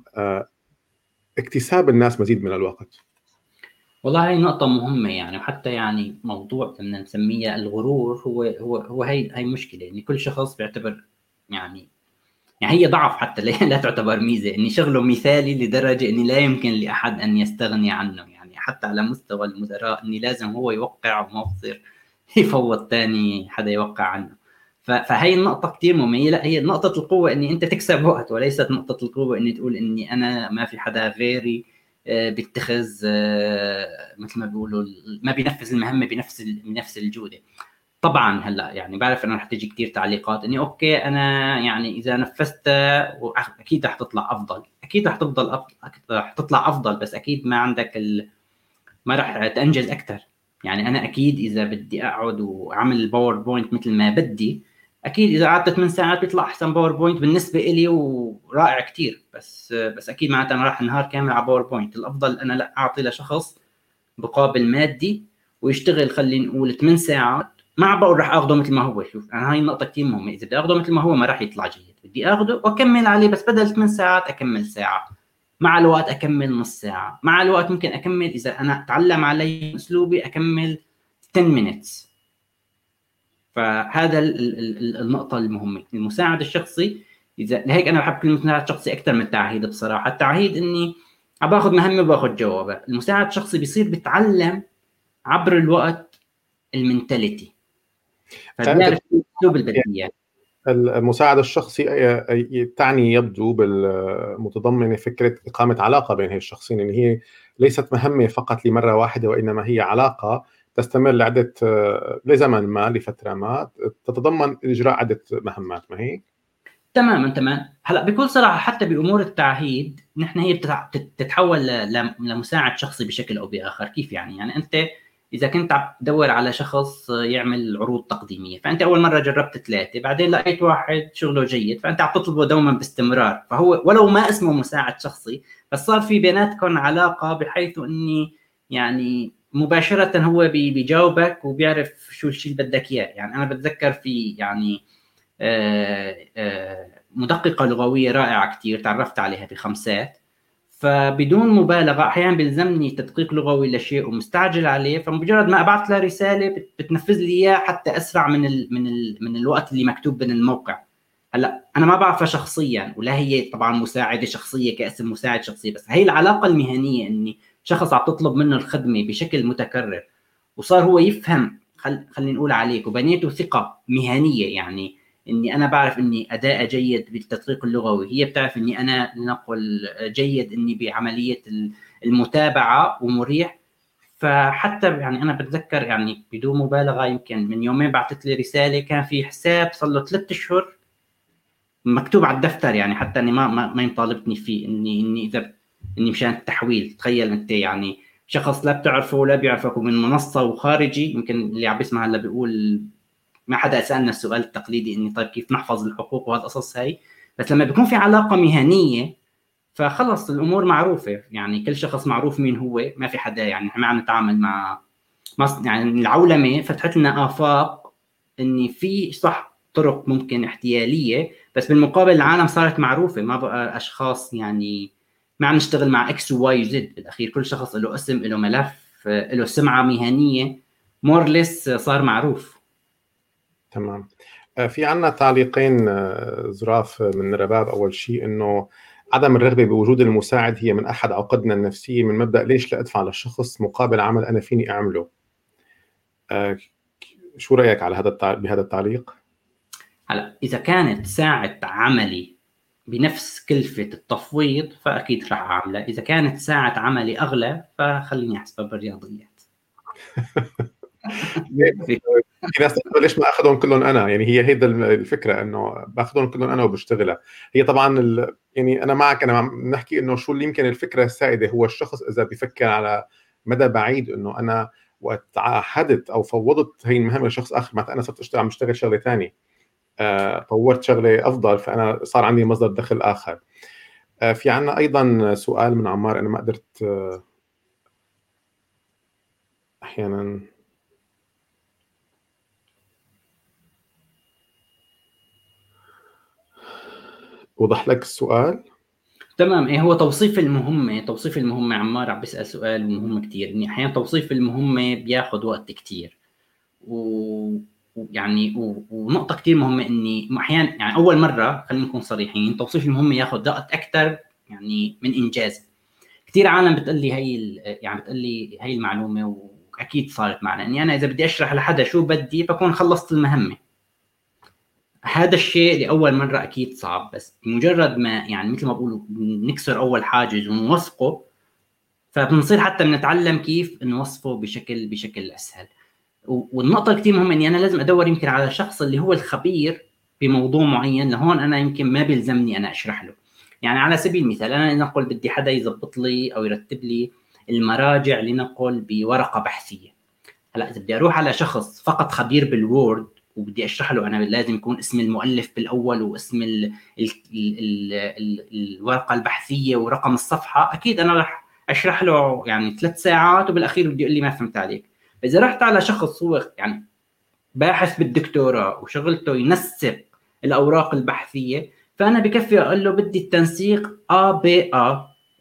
اكتساب الناس مزيد من الوقت؟ والله هي نقطة مهمة يعني، وحتى يعني موضوع بدنا نسميه الغرور، هو هو هو هي هي مشكلة. يعني كل شخص بيعتبر يعني يعني هي ضعف حتى لا تعتبر ميزة، اني شغله مثالي لدرجة اني لا يمكن لاحد ان يستغني عنه. يعني حتى على مستوى المدراء اني لازم هو يوقع وما بصير يفوض ثاني حدا يوقع عنه. فهي النقطة كتير مهمة. لا هي نقطة القوة اني انت تكسب وقت، وليست نقطة القوة اني تقول اني انا ما في حدا غيري بيتخذ مثل ما بيقولوا ما بينفذ المهمة بنفس بنفس الجودة. طبعا هلا يعني بعرف انه رح تيجي كثير تعليقات اني اوكي انا يعني اذا نفذتها اكيد رح تطلع افضل، اكيد رح تفضل افضل، رح تطلع افضل، بس اكيد ما عندك ال... ما رح تنجز اكثر. يعني انا اكيد اذا بدي اقعد واعمل الباوربوينت مثل ما بدي، اكيد اذا قعدت ثمان ساعات بيطلع احسن باوربوينت بالنسبه لي ورائع كثير، بس بس اكيد معناتها انا راح نهار كامل على باوربوينت. الافضل انا لا اعطي لشخص مقابل مادي ويشتغل خلينا نقول ثمان ساعات مع بقول راح اخذه مثل ما هو. شوف انا هاي النقطه كثير مهمه، اذا بدي اخذه مثل ما هو ما راح يطلع جيد، بدي اخذه واكمل عليه، بس بدل ثمان ساعات اكمل ساعه مع الوقت اكمل نص ساعه، مع الوقت ممكن اكمل اذا انا اتعلم علي اسلوبي اكمل عشر minutes. فهذا ال ال النقطه المهمه، المساعد الشخصي. اذا لهيك انا بحب كلمه مساعد شخصي اكثر من التعهيد بصراحه. التعهيد اني عم باخذ مهمه وباخذ جوابها، المساعد الشخصي بيصير بيتعلم عبر الوقت المنتاليتي، فبيعرف اسلوب البديهيات. المساعد الشخصي تعني يبدو بالمتضمنة فكرة إقامة علاقة بين هي الشخصين، إن هي ليست مهمة فقط لمرة واحدة، وإنما هي علاقة تستمر لعدة لزمن ما، لفترة ما، تتضمن إجراء عدة مهمات. ما هي؟ تماما تمام. هلا بكل صراحة حتى بأمور التعهيد نحن هي بتتحول لمساعد شخصي بشكل أو بآخر. كيف يعني؟ يعني أنت إذا كنت عم تدور على شخص يعمل عروض تقديمية، فأنت أول مرة جربت ثلاثة، بعدين لقيت واحد شغله جيد، فأنت عم تطلبه دوما باستمرار، فهو ولو ما اسمه مساعد شخصي بس صار في بيناتكم علاقة بحيث أني يعني مباشرة هو بيجاوبك وبيعرف شو الشيء اللي بدك إياه. يعني أنا بتذكر في يعني آه آه مدققة لغوية رائعة كتير تعرفت عليها بخمسات، فبدون مبالغه احيانا بيلزمني تدقيق لغوي لشيء ومستعجل عليه، فمجرد ما ابعث لها رساله بتنفذ لي اياه حتى اسرع من ال من ال من الوقت اللي مكتوب من الموقع. هلا انا ما بعرفها شخصيا، ولا هي طبعا مساعده شخصيه كاسم مساعد شخصي، بس هي العلاقه المهنيه اني شخص عم تطلب منه الخدمه بشكل متكرر وصار هو يفهم، خل خلينا نقول عليك، وبنيته ثقه مهنيه. يعني اني انا بعرف اني اداء جيد بالتدقيق اللغوي، هي بتعرف اني انا لنقل جيد اني بعمليه المتابعه ومريح. فحتى يعني انا بتذكر يعني بدون مبالغه يمكن من يومين بعثت لي رساله كان في حساب صار له ثلاث اشهر مكتوب على الدفتر، يعني حتى اني ما ما, ما يطالبني فيه اني اني اذا اني مشان التحويل. تخيل انت يعني شخص لا بتعرفه ولا بيعرفك ومن منصه وخارجي، يمكن اللي عم بيسمع هلا بيقول ما حدا سألنا السؤال التقليدي اني طيب كيف نحفظ الحقوق وهالقصص هاي. بس لما بيكون في علاقة مهنية فخلص الامور معروفة، يعني كل شخص معروف مين هو، ما في حدا يعني ما عم نتعامل مع يعني العولمة فتحت لنا آفاق اني في صح طرق ممكن احتيالية، بس بالمقابل العالم صارت معروفة، ما بقى اشخاص يعني ما عم نشتغل مع اكس وواي وزد. بالاخير كل شخص له اسم، له ملف، له سمعة مهنية، مورلس صار معروف. تمام. في عنا تعليقين ظراف من رباب. أول شيء إنه عدم الرغبة بوجود المساعد هي من أحد عقدنا النفسية، من مبدأ ليش لا أدفع للشخص مقابل عمل أنا فيني أعمله. شو رأيك على هذا بهذا التعليق؟ هلا إذا كانت ساعة عملي بنفس كلفة التفويض فأكيد راح أعملها، إذا كانت ساعة عملي أغلى فخليني أحسبها بالرياضيات. في ناس تقول ليش ما اخذهم كلهم انا، يعني هي هيدا الفكره انه باخذهم كلهم انا وبشتغلها. هي طبعا ال... يعني انا معك، انا عم نحكي انه شو اللي يمكن الفكره السائده هو الشخص اذا بيفكر على مدى بعيد انه انا وقت عهدت او فوضت هي المهمه لشخص اخر، معناتها انا صرت اشتغل عم اشتغل شغله ثانيه، آه طورت شغله افضل، فانا صار عندي مصدر دخل اخر. آه في عنا ايضا سؤال من عمار انا ما قدرت آه احيانا وضح لك السؤال. تمام. ايه هو توصيف المهمة؟ توصيف المهمة عمار عم بيسأل سؤال مهم كتير، اني احيانا توصيف المهمة بياخد وقت كتير و... ويعني و... ونقطة كتير مهمة اني احيانا يعني اول مرة خلينا نكون صريحين توصيف المهمة ياخد وقت اكثر يعني من انجاز. كثير عالم بتقول لي هي يعني بتقول لي هي المعلومة، واكيد صارت معنا، اني انا اذا بدي اشرح لحدا شو بدي بكون خلصت المهمة. هذا الشيء لأول مرة أكيد صعب، بس مجرد ما يعني مثل ما بقولوا نكسر أول حاجز ونوثقه فبنصير حتى بنتعلم كيف نوصفه بشكل بشكل أسهل. والنقطة كتير مهمة إني أنا لازم أدور يمكن على الشخص اللي هو الخبير بموضوع معين، لهون أنا يمكن ما بيلزمني أنا أشرح له. يعني على سبيل المثال أنا لنقل بدي حدا يضبط لي أو يرتب لي المراجع لنقل بورقة بحثية. هلا إذا بدي أروح على شخص فقط خبير بالوورد وبدي اشرح له انا لازم يكون اسم المؤلف بالاول واسم ال ال ال ال الورقه البحثيه ورقم الصفحه، اكيد انا راح اشرح له يعني ثلاث ساعات وبالاخير بدي يقول لي ما فهمت عليك. اذا رحت على شخص هو يعني باحث بالدكتوراه وشغلته ينسق الاوراق البحثيه، فانا بكفي اقول له بدي التنسيق ا ب ا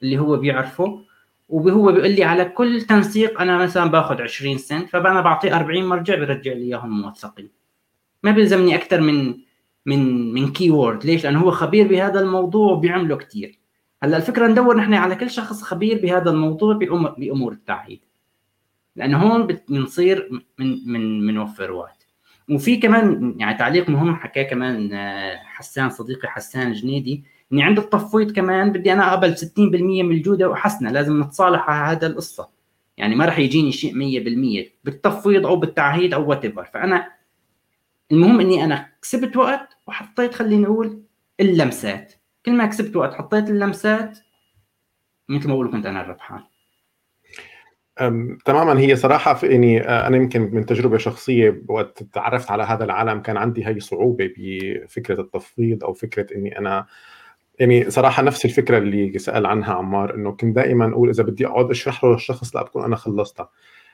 اللي هو بيعرفه، وهو بيقول لي على كل تنسيق انا مثلا باخذ عشرين سنت، فانا بعطيه أربعين مرجع بيرجع لي اياهم موثقين. ما بيلزمني اكثر من من من كي وورد. ليش؟ لانه هو خبير بهذا الموضوع وبيعمله كثير. هلا الفكره ندور نحن على كل شخص خبير بهذا الموضوع بأمور, بامور التعهيد، لانه هون بنصير من من بنوفر وقت. وفي كمان يعني تعليق مهم حكاه كمان حسان صديقي حسان الجنيدي، اني عند التفويض كمان بدي انا اقبل ستين بالمية من الجوده واحسنها، لازم نتصالح على هذا القصه. يعني ما راح يجيني شيء مية بالمية بالتفويض او بالتعهيد او وات ايفر. فانا المهم اني انا كسبت وقت وحطيت خلينا نقول اللمسات. كل ما كسبت وقت حطيت اللمسات، مثل ما بقول كنت انا الربحان. تماما. هي صراحة في إني أنا يمكن من تجربة شخصية وقت تعرفت على هذا العالم كان عندي هاي صعوبة بفكرة التفويض أو فكرة إني أنا يعني صراحة نفس الفكرة اللي سأل عنها عمار، إنه كنت دائما أقول إذا بدي أقعد أشرح له للشخص لا بكون أنا خلصتها.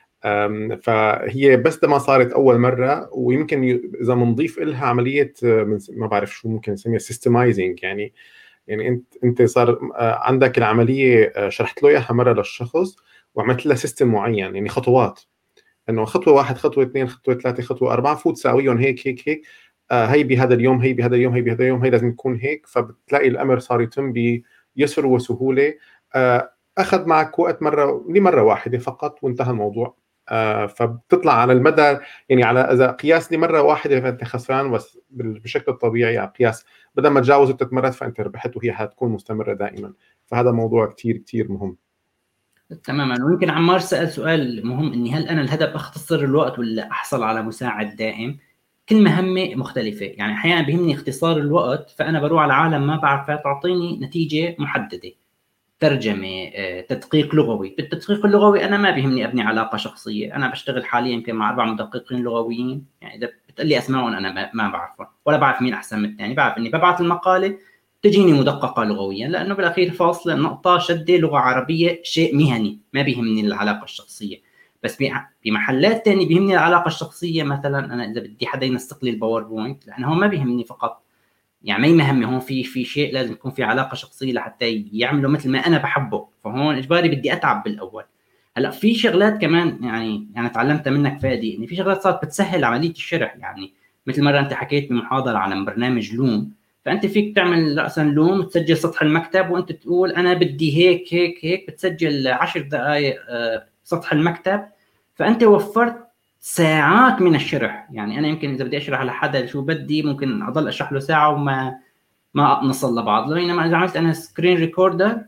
فهي بس ما صارت أول مرة، ويمكن إذا منضيف إلها عملية ما بعرف شو ممكن نسميها سيستمايزنج. يعني يعني أنت أنت صار عندك العملية شرحت له إياها مرة للشخص وعملت لها سيستم معين، يعني خطوات، انه خطوه واحد خطوه اثنين خطوه ثلاثه خطوه اربعه فوت ساويهم هيك هيك هيك، آه هي بهذا اليوم هي بهذا اليوم هي بهذا اليوم هي لازم تكون هيك. فبتلاقي الامر صار يتم بيسر وسهوله. آه اخذ معك وقت مره لمره واحده فقط وانتهى الموضوع. آه فبتطلع على المدى، يعني على اذا قياس لمره واحده فانت خسران، بس بشكل طبيعي على قياس بدل ما تجاوز ثلاث مرات فانت ربحت، وهي حتكون مستمره دائما. فهذا موضوع كثير كثير مهم. تماما. ويمكن عمار سأل سؤال مهم، اني هل انا الهدف اختصر الوقت ولا احصل على مساعد دائم؟ كل مهمة مختلفة. يعني احيانا بيهمني اختصار الوقت، فانا بروح على عالم ما بعرفها تعطيني نتيجة محددة، ترجمة، تدقيق لغوي. بالتدقيق اللغوي انا ما بيهمني ابني علاقة شخصية. انا بشتغل حاليا يمكن مع اربع مدققين لغويين، يعني اذا بتقلي اسمائهم انا ما بعرفهم ولا بعرف مين احسن من الثاني. بعرف اني ببعث المقالة تجيني مدققة لغويا، لأنه بالأخير فاصلة نقطة شدة لغة عربية شيء مهني، ما بيهمني العلاقة الشخصية. بس بمحلات تاني بيهمني العلاقة الشخصية. مثلا أنا إذا بدي حدا ينسق لي الباوربوينت، لأنه هو ما بيهمني فقط يعني ما يهمني هون في في شيء لازم يكون في علاقة شخصية لحتى يعمله مثل ما أنا بحبه، فهون إجباري بدي أتعب بالأول. هلا في شغلات كمان يعني يعني تعلمتها منك فادي، إن في شغلات صارت بتسهل عملية الشرح. يعني مثل مرة أنت حكيت بمحاضرة على برنامج لوم، فانت فيك تعمل راسا لوم وتسجل سطح المكتب وانت تقول انا بدي هيك هيك هيك، بتسجل عشر دقائق سطح المكتب، فانت وفرت ساعات من الشرح. يعني انا يمكن اذا بدي اشرح لحدا شو بدي ممكن اضل اشرح له ساعه وما ما نصل لبعض. بينما اذا عملت انا سكرين ريكوردر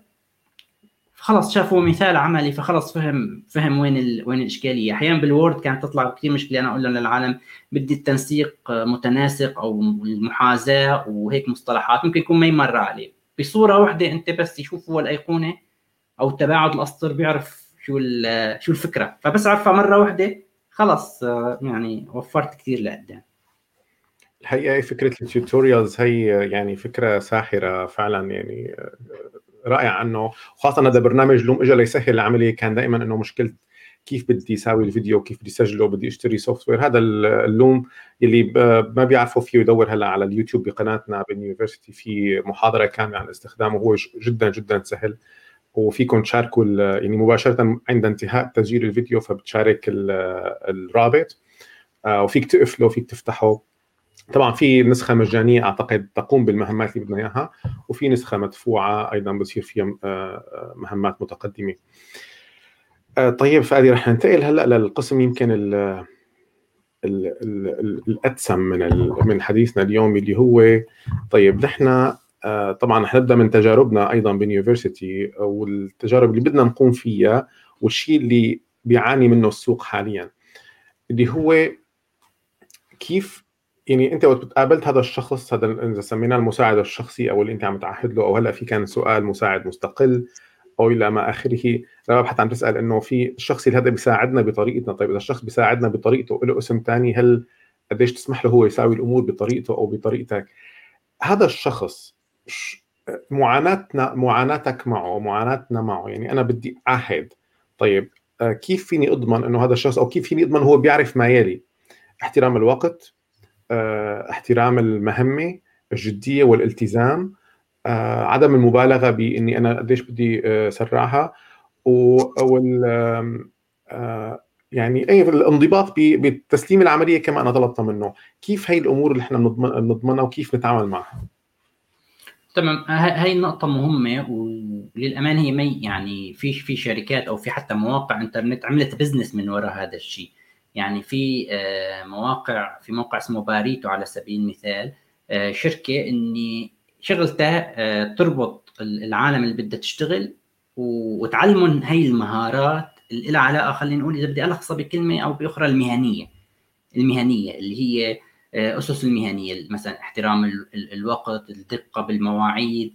خلص شافوا مثال عملي، فخلص فهم فهم وين ال... وين الاشكاليه. احيانا بالوورد كانت تطلع كثير مشكله، انا اقول للعالم بدي التنسيق متناسق او المحاذاه وهيك مصطلحات ممكن يكون ما يمر عليه بصوره واحده. انت بس يشوف هو الايقونه او التباعد الاسطر بيعرف شو شو الفكره، فبس عرفها مره واحده خلص يعني وفرت كثير لقدام. الحقيقه فكره التيوتوريالز هي يعني فكره ساحره فعلا، يعني رائع عنه. خاصه هذا برنامج لوم اجى ليسهل العمليه. كان دائما انه مشكله كيف بدي اسوي الفيديو، كيف بدي اسجله، بدي اشتري سوفت وير. هذا اللوم اللي ما بيعرفوا فيه يدور هلا على اليوتيوب بقناتنا باليونيفرسيتي في محاضره كامله عن استخدامه. هو جدا جدا سهل، وفيكم تشاركوا يعني مباشره عند انتهاء تسجيل الفيديو فبتشارك الرابط، وفيك تقفله وفيك تفتحه. طبعا في نسخه مجانيه اعتقد تقوم بالمهمات اللي بدنا اياها، وفي نسخه مدفوعه ايضا بصير فيها مهمات متقدمه. طيب فادي، رح ننتقل هلا للقسم يمكن ال ال ال الاتسم من من حديثنا اليوم، اللي هو طيب نحن طبعا رح نبدا من تجاربنا ايضا باليونيفرسيتي والتجارب اللي بدنا نقوم فيها والشيء اللي بيعاني منه السوق حاليا، اللي هو كيف يعني انت وقت قابلت هذا الشخص، هذا اذا سميناه المساعد الشخصي او اللي انت عم تعهد له، او هلا في كان سؤال مساعد مستقل او الى ما اخره، رباب حتى عم تسال انه في الشخص اللي هذا بيساعدنا بطريقتنا. طيب اذا الشخص بيساعدنا بطريقته له اسم ثاني، هل قديش تسمح له هو يساوي الامور بطريقته او بطريقتك؟ هذا الشخص معاناتنا معاناتك معه معاناتنا معه، يعني انا بدي اعهد. طيب كيف فيني اضمن انه هذا الشخص، او كيف فيني اضمن هو بيعرف ما يلي؟ احترام الوقت، احترام المهمة، الجدية والالتزام، آه، عدم المبالغه باني انا قديش بدي آه، سرعها، وال آه، يعني اي الانضباط ب- بتسليم العمليه كما انا طلبتها منه. كيف هي الامور اللي احنا بنضمن- بنضمنها وكيف نتعامل معها؟ تمام. ه- هاي النقطة مهمة، وللأمانة هي مي يعني في في شركات أو في حتى مواقع إنترنت عملت بزنس من وراء هذا الشيء. يعني في آه، مواقع، في موقع اسمه باريتو على سبيل المثال، آه، شركة إني شغلتها آه، تربط العالم اللي بدها تشتغل و- وتعلمهم هاي المهارات اللي لها علاقة، خلينا نقول إذا بدي ألخصها بكلمة أو بأخرى، المهنية. المهنيه اللي هي آه، اسس المهنيه، مثلا احترام ال- ال- الوقت، الدقه بالمواعيد،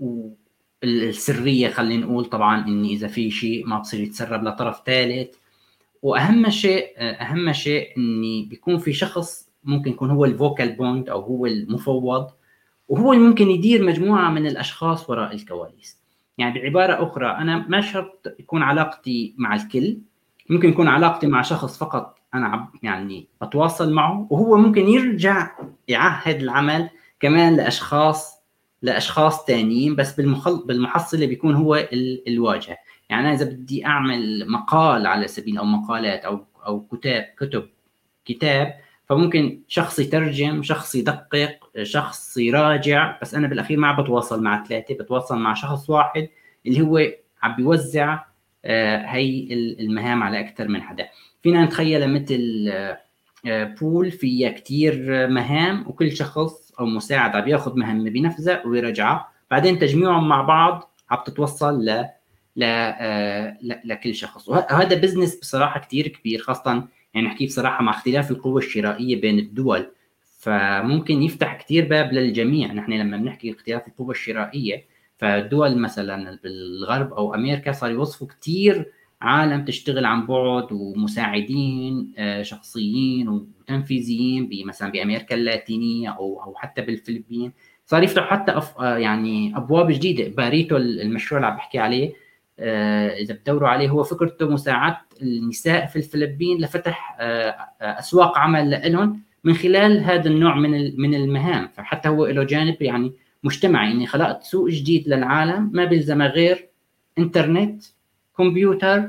والسريه. خلينا نقول طبعا ان اذا في شيء ما بصير يتسرب لطرف ثالث. واهم شيء آه، اهم شيء اني بيكون في شخص ممكن يكون هو الفوكال بوينت او هو المفوض، وهو اللي ممكن يدير مجموعه من الاشخاص وراء الكواليس. يعني بعباره اخرى، انا ما شرط يكون علاقتي مع الكل، ممكن يكون علاقتي مع شخص فقط انا عب يعني بتواصل معه، وهو ممكن يرجع يعهد العمل كمان لاشخاص لاشخاص ثانيين، بس بالمخل... بالمحصله بيكون هو ال... الواجهه. يعني انا اذا بدي اعمل مقال على سبيل او مقالات او او كتاب كتب كتاب، فممكن شخص يترجم، شخص يدقق، شخص يراجع، بس انا بالاخير ما عم بتواصل مع ثلاثه، بتواصل مع شخص واحد اللي هو عم بيوزع آه، هي المهام على اكثر من حدا. فينا نتخيلها مثل آه، آه، بول فيها كتير مهام، وكل شخص او مساعد عم ياخذ مهمه بينفذها ويرجعها، بعدين تجميعهم مع بعض عم تتوصل ل ل آه، ل- لكل شخص. وهذا بزنس بصراحه كتير كبير، خاصه يعني نحكي بصراحه مع اختلاف القوة الشرائية بين الدول، فممكن يفتح كتير باب للجميع. نحن لما بنحكي اختلاف القوة الشرائية، فالدول مثلا بالغرب او امريكا صار يوظفوا كتير عالم تشتغل عن بعد، ومساعدين آه، شخصيين وتنفيذيين مثلا بامريكا اللاتينية او او حتى بالفلبين. صار يفتحوا حتى أف... آه، يعني ابواب جديدة. باريتو المشروع اللي عم بحكي عليه، آه، اذا بتدوروا عليه، هو فكرته مساعده النساء في الفلبين لفتح آه، آه، اسواق عمل لهم من خلال هذا النوع من من المهام. فحتى هو له جانب يعني مجتمعي، اني خلقت سوق جديد للعالم ما بيلزمها غير انترنت، كمبيوتر،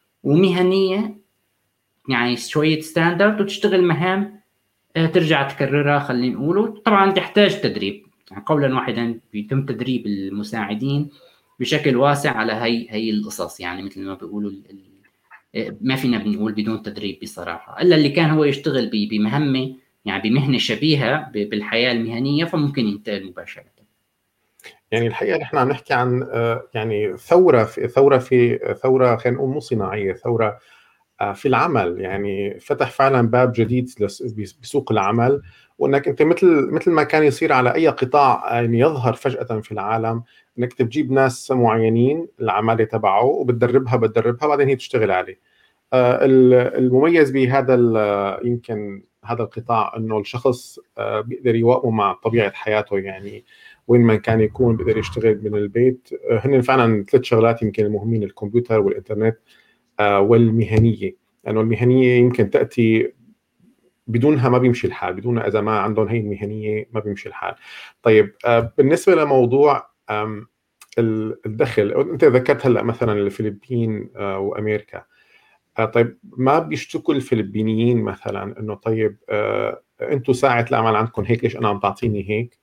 ومهنيه، يعني شويه ستاندرد، وتشتغل مهام آه، ترجع تكررها. خلينا نقول طبعا تحتاج تدريب، يعني قولا واحدا بيتم تدريب المساعدين بشكل واسع على هي هي القصص. يعني مثل ما بيقولوا ال- ال- ما فينا بنقول بدون تدريب بصراحة، إلا اللي كان هو يشتغل ب- بمهمة، يعني بمهنة شبيهة ب- بالحياة المهنية، فممكن ينتقل مباشرة. يعني الحقيقه نحن عم نحكي عن آه، يعني ثوره في ثوره في ثوره، خلينا نقول مو صناعيه، ثوره آه، في العمل. يعني فتح فعلا باب جديد لس- بسوق العمل. وانك انت مثل مثل ما كان يصير على اي قطاع يعني يظهر فجأة في العالم، انك تجيب ناس معينين العمالة تبعه وبتدربها بتدربها بعدين هي تشتغل عليه. آه، ال- المميز بهذا ال- يمكن هذا القطاع انه الشخص آه، بيقدر يواكبه مع طبيعة حياته. يعني وين ما كان يكون بيقدر يشتغل من البيت. آه، هن فعلا ثلاث شغلات يمكن المهمين: الكمبيوتر والإنترنت آه، والمهنية. لأنه المهنية يمكن تأتي بدونها ما بيمشي الحال، بدونها إذا ما عندهم هي المهنية ما بيمشي الحال. طيب آه، بالنسبة لموضوع آم، ال- الدخل، أنت ذكرت هلأ مثلا الفلبين آه، وأمريكا. آه، طيب ما بيشتكوا الفلبينيين مثلا إنه طيب آه، أنتوا ساعة العمل عندكم هيك، ليش أنا عم تعطيني هيك؟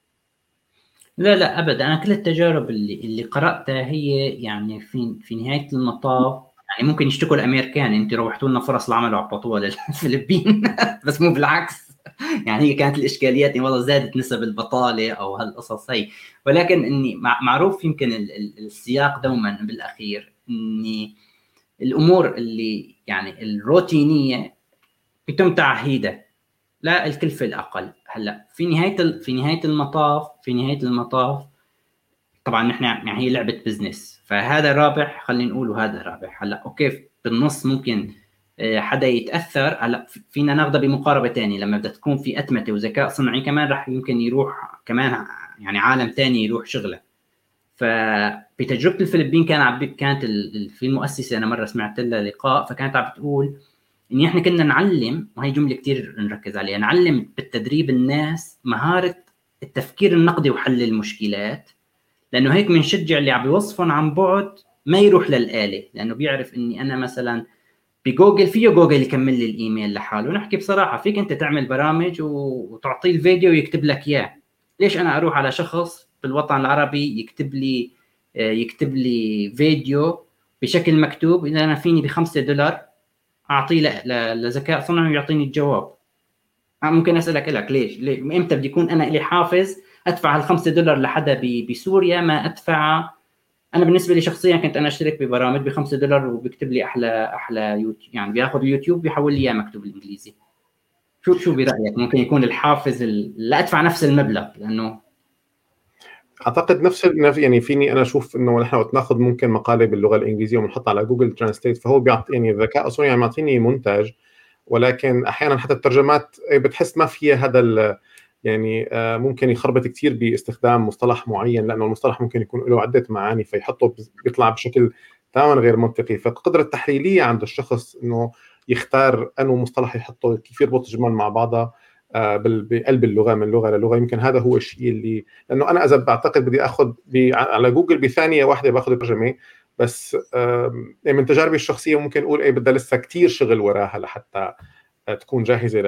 لا لا ابدا، انا كل التجارب اللي اللي قراتها هي يعني في في نهايه المطاف، يعني ممكن يشتكوا الامريكان انت روحتوا لنا فرص العمل وعطوها للفلبين بس مو بالعكس. يعني هي كانت الاشكاليات إن والله زادت نسب البطاله او هالقصص هي. ولكن اني مع- معروف يمكن ال- ال- السياق دوما بالاخير اني الامور اللي يعني الروتينيه بيتم تعهيدها لا الكلفه الاقل. هلا في نهايه في نهايه المطاف في نهايه المطاف طبعا نحن يعني هي لعبه بزنس، فهذا رابح خلينا نقول وهذا رابح. هلا اوكي بالنص ممكن آه، حدا يتاثر. هلا فينا ناخذها بمقاربه ثانيه، لما بدها تكون في اتمته وذكاء صنعي كمان راح يمكن يروح كمان يعني عالم ثاني يروح شغله. فبتجربه الفلبين كان عب... كانت ال... في المؤسسه انا مره سمعت لها لقاء، فكانت عم بتقول ان احنا كنا نعلم، وهي جمله كثير نركز عليها، نعلم بالتدريب الناس مهاره التفكير النقدي وحل المشكلات، لانه هيك بنشجع اللي عم بيوظفهم عن بعد ما يروح للآلة، لانه بيعرف اني انا مثلا بجوجل فيه جوجل يكمل لي الايميل لحاله. ونحكي بصراحه، فيك انت تعمل برامج وتعطيه الفيديو ويكتب لك اياه. ليش انا اروح على شخص في الوطن العربي يكتب لي يكتب لي فيديو بشكل مكتوب اذا انا فيني بخمسة دولار اعطيه لذكاء صنعي ويعطيني الجواب؟ ممكن اسالك لك ليش ليه امتى بدي يكون انا لي حافز ادفع الخمسة دولار لحدا بسوريا ما ادفع؟ انا بالنسبه لي شخصيا كنت انا اشترك ببرامج بخمسة دولار وبكتب لي احلى احلى يوتيوب، يعني بياخذ اليوتيوب بيحول لي اياه مكتوب بالانجليزي. شو شو برايك ممكن يكون الحافز لا ادفع نفس المبلغ؟ لانه اعتقد نفس يعني فيني انا اشوف انه نحن وقت ناخذ ممكن مقاله باللغه الانجليزيه ونحطها على جوجل ترانسليت، فهو بيعطي يعني الذكاء الصناعي يعني معطيني منتج، ولكن احيانا حتى الترجمات بتحس ما فيها هذا يعني ممكن يخربط كثير باستخدام مصطلح معين، لانه المصطلح ممكن يكون له عده معاني فيحطه بيطلع بشكل تماما غير منطقي. فالقدره التحليليه عند الشخص انه يختار انه مصطلح يحطه كيف يربط جمل مع بعضها بقلب اللغه من لغه للغه، يمكن هذا هو الشيء اللي، لانه انا اذا بعتقد بدي اخذ على جوجل بثانيه واحده باخذ ترجمه بس من تجاربي الشخصيه ممكن اقول ايه بدها لسه كثير شغل وراها لحتى تكون جاهزه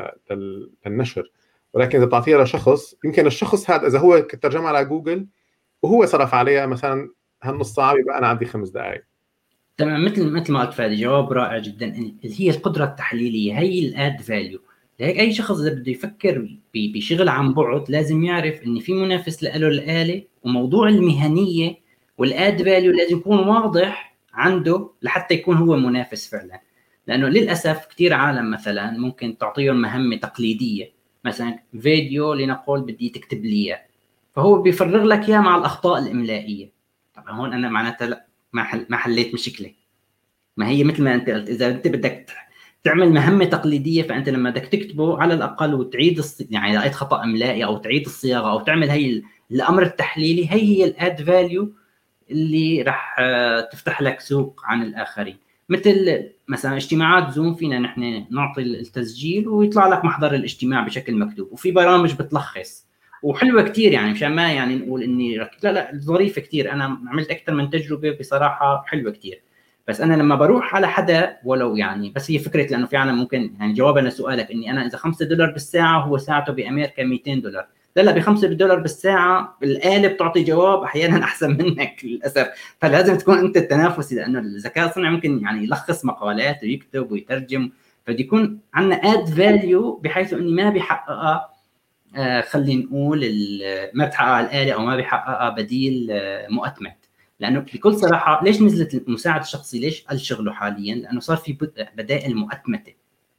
للنشر. ولكن اذا تعطيها لشخص، يمكن الشخص هذا اذا هو ترجمها على جوجل وهو صرف عليها مثلا هالنص ساعه، يبقى انا عندي خمس دقائق. تمام، مثل مثل ما قلت فادي، جواب رائع جدا. اللي هي القدره التحليليه، هي الاد فاليو. لهيك اي شخص اذا بده يفكر بشغل عن بعد لازم يعرف ان في منافس له الاله، وموضوع المهنيه والاد فاليو لازم يكون واضح عنده لحتى يكون هو منافس فعلا. لانه للاسف كثير عالم مثلا ممكن تعطيهم مهمه تقليديه، مثلا فيديو لنقول بدي تكتب لي اياه، فهو بيفرغ لك اياه مع الاخطاء الاملائيه. طبعا هون انا معناتها لا، ما حل ما حليت مشكله. ما هي مثل ما انت قلت، اذا انت بدك تعمل مهمه تقليديه فانت لما بدك تكتبه على الاقل وتعيد الص... يعني لقيت خطا املائي او تعيد الصياغه او تعمل هي الامر التحليلي، هي هي الاد فاليو اللي راح تفتح لك سوق عن الاخرين. مثل مثلا اجتماعات زوم، فينا نحن نعطي التسجيل ويطلع لك محضر الاجتماع بشكل مكتوب، وفي برامج بتلخص وحلوه كثير، يعني مشان ما يعني نقول اني لا لا ظريفه كثير. انا عملت اكثر من تجربه بصراحه حلوه كثير. بس انا لما بروح على حدا ولو يعني، بس هي فكره، لانه في عالم ممكن يعني جوابا لسؤالك اني انا اذا خمسة دولار بالساعه هو ساعته بامريكا مئتين دولار، لا لا، ب خمسة دولار بالساعه الاله بتعطي جواب احيانا احسن منك للاسف. فلازم تكون انت التنافسي، لانه الذكاء الصنعي ممكن يعني يلخص مقالات ويكتب ويترجم، فبده يكون عندنا اد فاليو بحيث اني ما بيحققها آه خلينا نقول ما بتحققها الاله او ما بيحققها بديل آه مؤتمت. لانه بكل صراحه ليش نزلت المساعد الشخصي؟ ليش قل شغله حاليا؟ لانه صار في بدائل مؤتمته.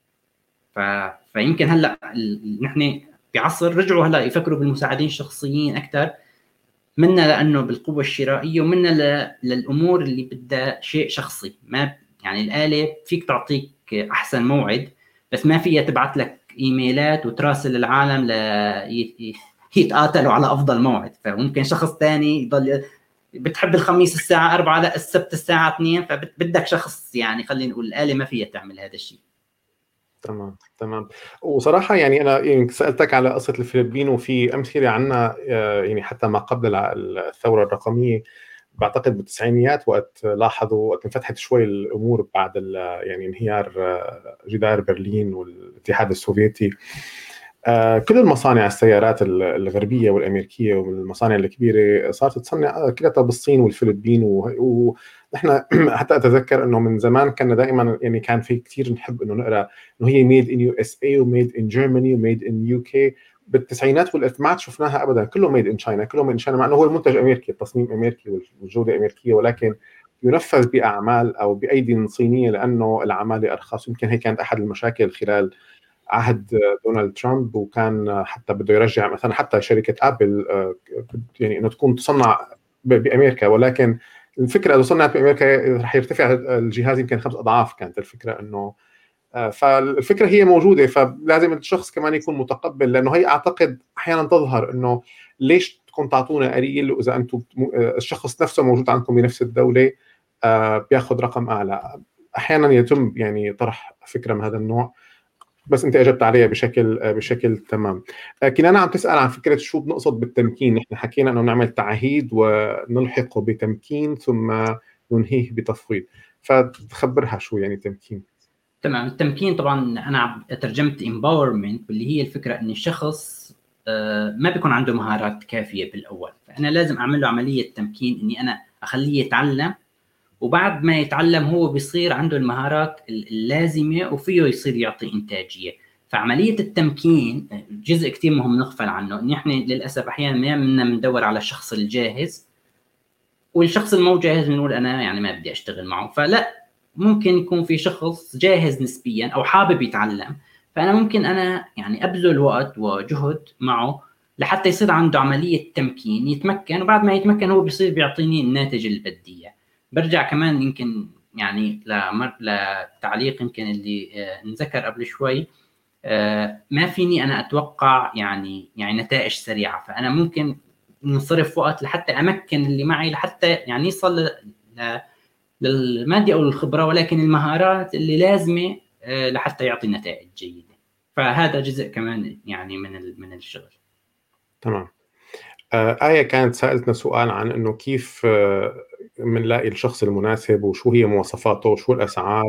ف... فيمكن هلا نحن بعصر رجعوا هلا يفكروا بالمساعدين الشخصيين اكثر، منا لانه بالقوه الشرائيه، ومنا ل... للامور اللي بدها شيء شخصي. ما يعني الاله فيك تعطيك احسن موعد بس ما فيها تبعث لك ايميلات وتراسل العالم ل ي... يتقاتلوا على افضل موعد. فممكن شخص ثاني يضل بتحب الخميس الساعه أربعة لا السبت الساعه اثنين، فبدك شخص يعني خلينا نقول الاله ما فيها تعمل هذا الشيء. تمام تمام. وصراحة يعني أنا يعني سألتك على قصة الفلبين، وفي أمثلة عنا يعني حتى ما قبل الثورة الرقمية، بعتقد بالتسعينيات وقت لاحظوا وقت انفتحت شوي الأمور بعد يعني انهيار جدار برلين والاتحاد السوفيتي، كل المصانع السيارات الغربية والأمريكية والمصانع الكبيرة صارت تصنع كلها بالصين والفلبين. ونحن حتى أتذكر أنه من زمان كان دائما يعني كان في كثير نحب أنه نقرأ أنه هي made in يو إس إيه وميد in Germany وميد in يو كي. بالتسعينات والألف ما شفناها أبدا، كله made in China، كله made in China، مع أنه هو المنتج أمريكي، التصميم أمريكي والجودة أمريكية، ولكن ينفذ بأعمال أو بأيدي صينية لأنه العمالة أرخص. يمكن هي كانت أحد المشاكل خلال عهد دونالد ترامب، وكان حتى بده يرجع مثلا حتى شركة أبل يعني أنه تكون تصنع بأمريكا، ولكن الفكرة إذا صنعت بأمريكا رح يرتفع الجهاز يمكن خمس أضعاف. كانت الفكرة أنه فالفكرة هي موجودة، فلازم الشخص كمان يكون متقبل، لأنه هي أعتقد أحيانا تظهر أنه ليش تكون تعطونا قليل وإذا أنتم الشخص نفسه موجود عندكم بنفس الدولة بياخذ رقم أعلى. أحيانا يتم يعني طرح فكرة من هذا النوع، بس انت اجبت عليها بشكل بشكل تمام. كنانا عم تسال عن فكره شو بنقصد بالتمكين. نحن حكينا انه نعمل تعهيد ونلحقه بتمكين ثم ننهيه بتفويض، فتخبرها شو يعني تمكين. تمام. التمكين طبعا انا ترجمت empowerment، واللي هي الفكره ان الشخص ما بيكون عنده مهارات كافيه بالاول، فانا لازم اعمل له عمليه تمكين، اني انا اخليه يتعلم، وبعد ما يتعلم هو بيصير عنده المهارات اللازمه وفيه يصير يعطي انتاجيه. فعمليه التمكين جزء كثير مهم نغفل عنه، ان احنا للاسف احيانا بدنا بندور على الشخص الجاهز، والشخص المو جاهز بنقول انا يعني ما بدي اشتغل معه. فلا، ممكن يكون في شخص جاهز نسبيا او حابب يتعلم، فانا ممكن انا يعني ابذل وقت وجهد معه لحتى يصير عنده عمليه تمكين، يتمكن، وبعد ما يتمكن هو بيصير بيعطيني الناتج اللي بدي اياه. برجع كمان يمكن يعني لمر لتعليق يمكن اللي آه انذكر قبل شوي، آه ما فيني انا اتوقع يعني يعني نتائج سريعه، فانا ممكن نصرف وقت لحتى امكن اللي معي لحتى يعني يصل ل للمادة أو الخبرة، ولكن المهارات اللي لازمة لحتى يعطي نتائج جيدة. فهذا جزء كمان يعني من من الشغل. تمام. آه آية كانت سألتنا سؤال عن إنه كيف بنلاقي آه الشخص المناسب، وشو هي مواصفاته، وشو الأسعار،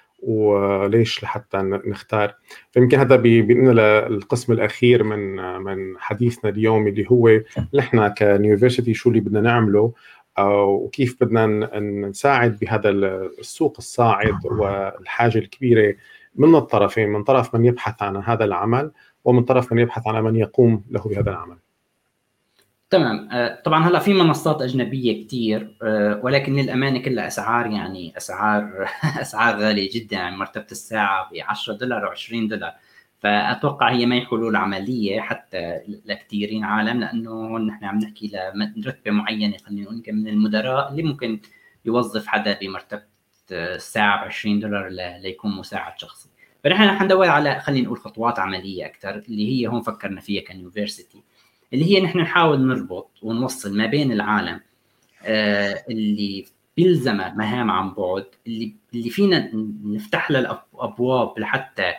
وليش لحتى نختار. فيمكن هذا بينقلنا للقسم الأخير من من حديثنا اليوم، اللي هو نحن كيونيفرسيتي شو اللي بدنا نعمله، وكيف بدنا نساعد بهذا السوق الصاعد والحاجة الكبيرة من الطرفين، من طرف من يبحث عن هذا العمل، ومن طرف من يبحث عن من يقوم له بهذا العمل. تمام. طبعا هلا في منصات اجنبيه كثير، ولكن للامانه كلها اسعار يعني اسعار اسعار غاليه جدا. يعني مرتبه الساعه ب عشرة دولار او عشرين دولار، فاتوقع هي ما هي حلول عمليه حتى لكثيرين عالم، لانه هون نحن عم نحكي لرتبه معينه، خلينا نقول من المدراء اللي ممكن يوظف حدا بمرتبه الساعه ب عشرين دولار ليكون مساعد شخصي. فنحن رح ندور على خلينا نقول خطوات عمليه اكثر، اللي هي هون فكرنا فيها كيونيفرسيتي، اللي هي نحن نحاول نربط ونوصل ما بين العالم آه اللي بيلزمه مهام عن بعد، اللي اللي فينا نفتح لها الابواب لحتى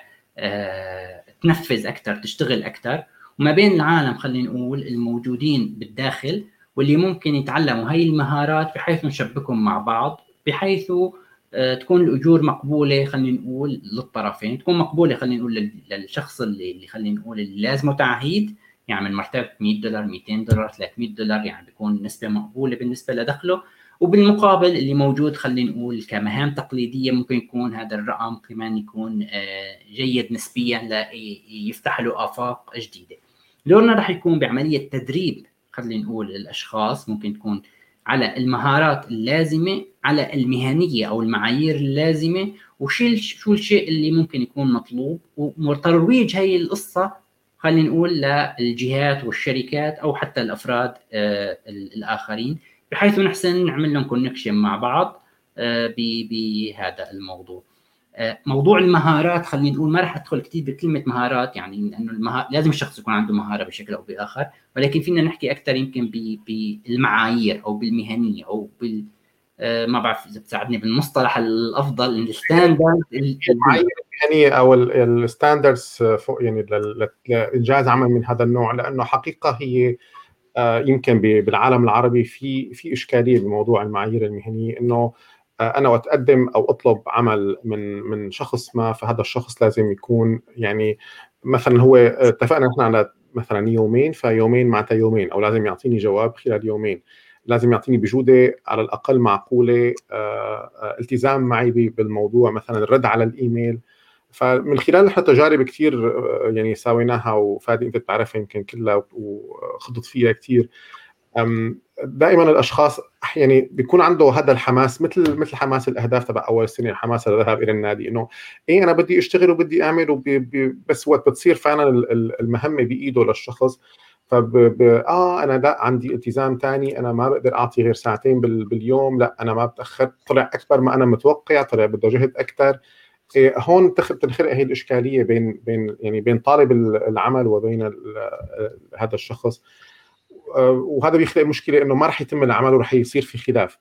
آه تنفذ اكثر، تشتغل اكثر، وما بين العالم خلينا نقول الموجودين بالداخل واللي ممكن يتعلموا هاي المهارات، بحيث نشبكهم مع بعض، بحيث آه تكون الاجور مقبوله، خلينا نقول للطرفين، تكون مقبوله خلينا نقول للشخص اللي, اللي خلينا نقول اللي لازمه تعهيد، يعني من مرتبة مية دولار مئتين دولار ثلاثمية دولار، يعني بيكون نسبة مقبولة بالنسبة لدخله. وبالمقابل اللي موجود خلينا نقول كمهام تقليدية ممكن يكون هذا الرقم كمان يكون جيد نسبيا ليفتح له آفاق جديدة. دورنا رح يكون بعملية تدريب خلينا نقول الأشخاص، ممكن تكون على المهارات اللازمة، على المهنية أو المعايير اللازمة، وشو شو الشيء اللي ممكن يكون مطلوب، وترويج هاي القصة خلينا نقول للجهات والشركات او حتى الافراد آه الاخرين، بحيث نحسن نعمل لهم كونكشن مع بعض آه بهذا الموضوع. آه موضوع المهارات خلينا نقول ما راح ادخل كثير بكلمه مهارات، يعني انه المهارة لازم الشخص يكون عنده مهاره بشكل او باخر، ولكن فينا نحكي اكثر يمكن بالمعايير او بالمهنيه او بال آه ما بعرف اذا بتساعدني بالمصطلح الافضل، الستاندرد المعايير المهنيه او الستاندردز يعني لانجاز عمل من هذا النوع، لانه حقيقه هي يمكن بالعالم العربي في في اشكاليه بموضوع المعايير المهنيه، انه انا واتقدم او اطلب عمل من من شخص ما، فهذا الشخص لازم يكون يعني مثلا هو اتفقنا نحن على مثلا يومين، فيومين معناتها يومين، او لازم يعطيني جواب خلال يومين، لازم يعطيني بجوده على الاقل معقوله، التزام معي بالموضوع، مثلا الرد على الايميل. فمن خلال نحن تجارب كثير يعني سويناها، وفادي انت بتعرفها يمكن كلها وخضت فيها كثير، دائما الاشخاص يعني بيكون عنده هذا الحماس، مثل مثل حماس الاهداف تبع اول السنه، الحماس للذهاب الى النادي، انه ايه انا بدي اشتغل وبدي اعمل وبي بس وقت بتصير فعلا المهمه بايده للشخص، فب اه انا لا عندي التزام ثاني، انا ما بقدر اعطي غير ساعتين بال... باليوم، لا انا ما بتاخر، طلع اكثر ما انا متوقع، طلع بده جهد اكثر. إيه هون تنخلق هي الاشكاليه بين بين يعني بين طالب العمل وبين هذا الشخص، وهذا بيخلق مشكله انه ما راح يتم العمل وراح يصير في خلاف.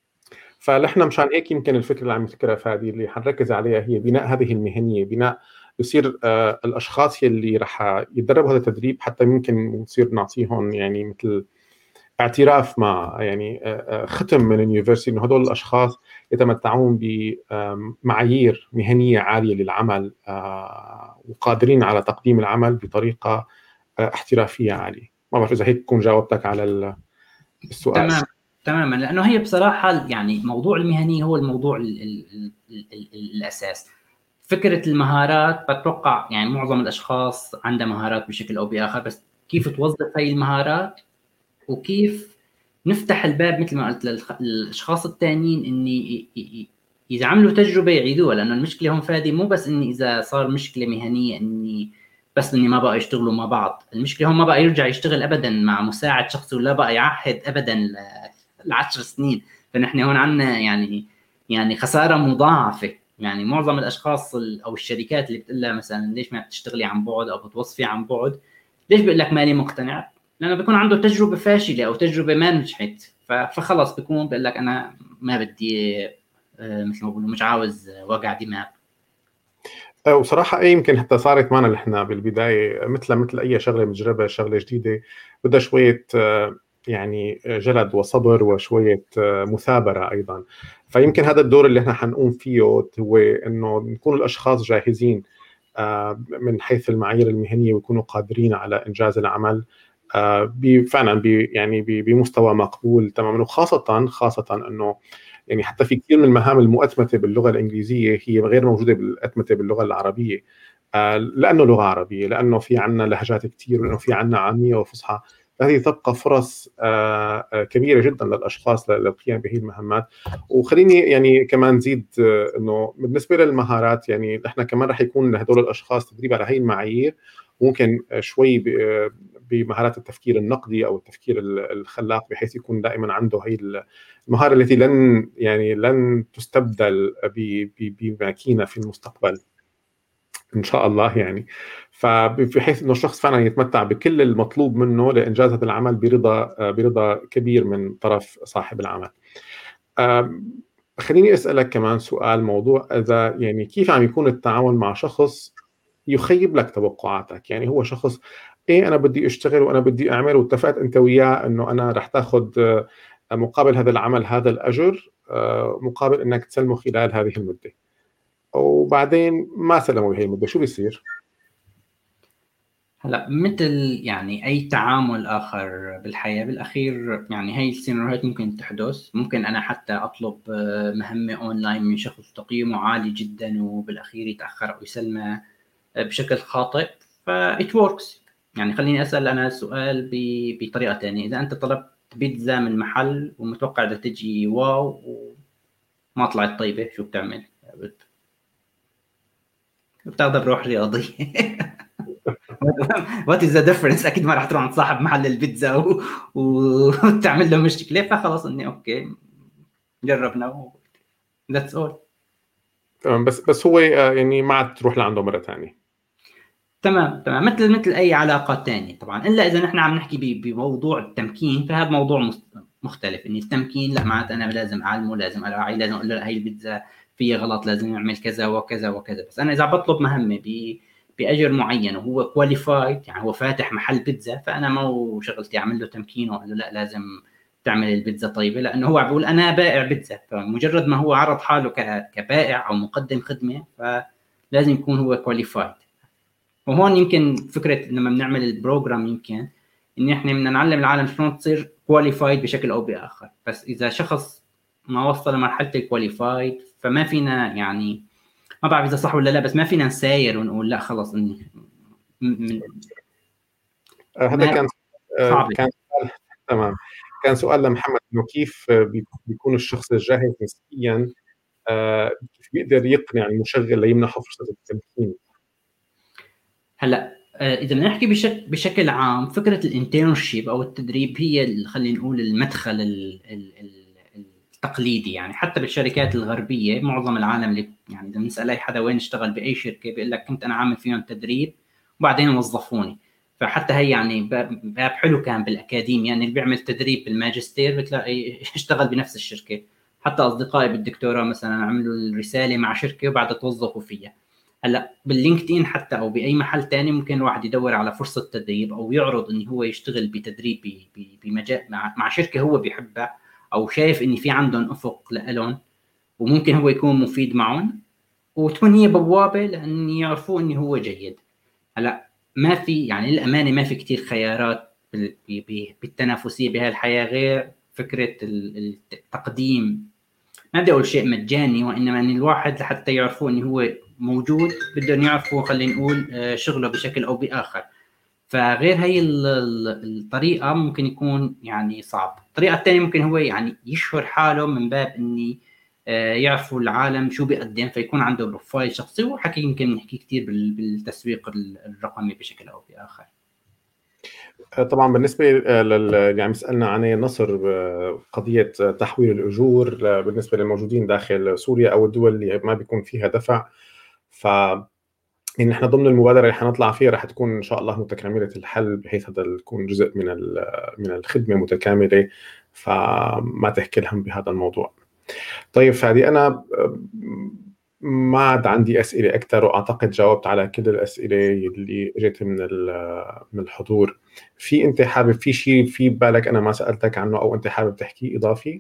فنحن مشان هيك يمكن الفكره اللي عم يذكرها فادي اللي حنركز عليها هي بناء هذه المهنيه، بناء يصير آه، الاشخاص يلي رح يتدربوا هذا التدريب حتى ممكن نصير نعطيهم يعني مثل اعتراف مع يعني آه، آه، ختم من اليونيفرسيتي انه هدول الاشخاص يتمتعون بمعايير مهنيه عاليه للعمل آه، وقادرين على تقديم العمل بطريقه آه، احترافيه عاليه. ما بعرف اذا هيك كون جاوبتك على السؤال. تمام تماما، لانه هي بصراحه يعني موضوع المهنيه هو الموضوع ال ال ال ال ال الاساس. فكره المهارات بتوقع يعني معظم الاشخاص عندها مهارات بشكل او باخر، بس كيف توظف هاي المهارات وكيف نفتح الباب مثل ما قلت للاشخاص الثانيين اني اذا عملوا تجربه يعيدوها. لانه المشكله هون فادي مو بس اني اذا صار مشكله مهنيه اني بس اني ما بقى يشتغلوا مع بعض، المشكله هون ما بقى يرجع يشتغل ابدا مع مساعد شخصي ولا بقى يعهد ابدا لعشر سنين. فنحن هون عندنا يعني يعني خساره مضاعفه. يعني معظم الاشخاص او الشركات اللي بتقول لها مثلا ليش ما بتشتغلي عن بعد او بتوظفي عن بعد، ليش بيقول لك مالي مقتنع؟ لانه بيكون عنده تجربه فاشله او تجربه ما نجحت، فخلص بيكون بيقول لك انا ما بدي مثل ما بقولوا مش عاوز وجع دماغ. وصراحة أي يمكن حتى صارت معنا نحن بالبداية مثل مثل أي شغلة بنجربها، شغلة جديدة بدها شوية يعني جلد وصبر وشوية مثابرة أيضا. فيمكن هذا الدور اللي احنا حنقوم فيه هو إنه نكون الأشخاص جاهزين من حيث المعايير المهنية ويكونوا قادرين على إنجاز العمل فعلا يعني بمستوى مقبول تماما. وخاصة خاصة إنه يعني حتى في كثير من المهام المؤتمته باللغه الانجليزيه هي غير موجوده بالأتمتة باللغه العربيه، لانه لغه عربيه، لانه في عندنا لهجات كثير، لانه في عندنا عاميه وفصحى. فهذه تبقى فرص كبيره جدا للاشخاص للقيام بهذه المهمات. وخليني يعني كمان نزيد انه بالنسبه للمهارات يعني احنا كمان رح يكون لهدول الاشخاص تدريب على هي المعايير، ممكن شوي بمهارات التفكير النقدي او التفكير الخلاق، بحيث يكون دائما عنده هي المهارة التي لن يعني لن تستبدل بماكينة في المستقبل إن شاء الله يعني. فبحيث إنه الشخص فعلا يتمتع بكل المطلوب منه لإنجاز هذا العمل برضا برضا كبير من طرف صاحب العمل. خليني أسألك كمان سؤال، موضوع إذا يعني كيف عم يكون التعامل مع شخص يخيب لك توقعاتك؟ يعني هو شخص إيه أنا بدي أشتغل وأنا بدي أعمل واتفقت أنت وياه إنه أنا رح تاخذ مقابل هذا العمل هذا الأجر مقابل أنك تسلمه خلال هذه المدة، وبعدين ما سلموا بهي المدة، شو بيصير؟ هلا مثل يعني أي تعامل آخر بالحياة بالأخير، يعني هاي السيناريوهات ممكن تحدث. ممكن أنا حتى أطلب مهمة أونلاين من شخص تقييمه عالي جدا وبالأخير يتأخر أو يسلمها بشكل خاطئ، فإت وركس. يعني خليني أسأل أنا السؤال بطريقة ثانية. إذا أنت طلبت بيتزا من محل ومتوقع إذا تجي واو وما طلعت طيبة، شو بتعمل؟ بتاخذها بروح رياضي. وات از ذا ديفرنس؟ اكيد ما راح تروح عند صاحب محل البيتزا و... وتعمل له مشكله. فخلص اني اوكي جربنا ذاتس اول. بس بس هو يعني ما عاد تروح لعنده مره ثانيه. تمام تمام، مثل مثل اي علاقه ثانيه طبعا، الا اذا نحن عم نحكي بموضوع التمكين، فهذا موضوع مختلف. اني التمكين لا، معناته انا لازم اعلمه، لازم اراعي، لازم اقول له هي البيتزا فيها غلط، لازم يعمل كذا وكذا وكذا. بس انا اذا بطلب مهمه ب باجر معين وهو كواليفايد، يعني هو فاتح محل بيتزا، فانا مو شغلتي اعمل له تمكين واقول له لا لازم تعمل البيتزا طيبه، لانه هو عم بيقول انا بائع بيتزا. فمجرد ما هو عرض حاله كبائع او مقدم خدمه، فلازم يكون هو كواليفايد. وهون يمكن فكره لما بنعمل البروجرام يمكن ان احنا بدنا نعلم العالم شلون تصير كواليفايد بشكل او باخر. بس اذا شخص ما وصل لمرحله الكواليفايد، فما فينا يعني، ما بعرف اذا صح ولا لا، بس ما فينا نساير ونقول لا خلص اني من... هذا كان صعب. كان سؤال. تمام، كان سؤال لمحمد انه كيف بيكون الشخص الجاهز نفسيا كيف بيقدر يقنع المشغل ليمنحه فرصه التمكين. هلا اذا بدنا نحكي بشكل بشكل عام، فكره الانترنشيب او التدريب هي خلينا نقول المدخل ال ال التقليدي. يعني حتى بالشركات الغربيه معظم العالم اللي يعني اذا بنسال اي حدا وين اشتغل باي شركه، بيقول لك كنت انا عامل فيهم تدريب وبعدين وظفوني. فحتى هي يعني باب حلو كان بالاكاديميا، يعني اللي بيعمل تدريب بالماجستير بتلاقي اشتغل بنفس الشركه. حتى اصدقائي بالدكتوراه مثلا عملوا الرساله مع شركه وبعدها توظفوا فيها. هلا باللينكد ان حتى او باي محل تاني ممكن الواحد يدور على فرصه تدريب او يعرض انه هو يشتغل بتدريب بمجال مع, مع شركه هو بيحبها او شايف ان في عندهم افق لهم وممكن هو يكون مفيد معهم، وتكون هي بوابه لان يعرفوا انه هو جيد. هلا ما في يعني الامانه ما في كتير خيارات بالتنافسيه بهذه الحياه غير فكره التقديم. ما بدي اقول شيء مجاني، وانما ان الواحد لحتى يعرفوا انه هو موجود بدهم يعرفوا خلينا نقول شغله بشكل او باخر. فغير هي الطريقه ممكن يكون يعني صعب. الطريقه الثانيه ممكن هو يعني يشهر حاله من باب اني يعرفوا العالم شو بيقدم، فيكون عنده بروفايل شخصي، وحكي يمكن نحكي كثير بالتسويق الرقمي بشكل او باخر. طبعا بالنسبه لل يعني سالنا عن نصر قضيه تحويل الاجور بالنسبه للموجودين داخل سوريا او الدول اللي ما بيكون فيها دفع. ف إن إحنا ضمن المبادرة اللي حنطلع فيها رح تكون إن شاء الله متكاملة الحل، بحيث هذا يكون جزء من من الخدمة متكاملة، فما تحكي الهم بهذا الموضوع. طيب فادي، أنا ما عاد عندي أسئلة أكثر، وأعتقد جاوبت على كل الأسئلة اللي اجت من من الحضور. في أنت حابب في شيء في بالك أنا ما سألتك عنه أو أنت حابب تحكي إضافي؟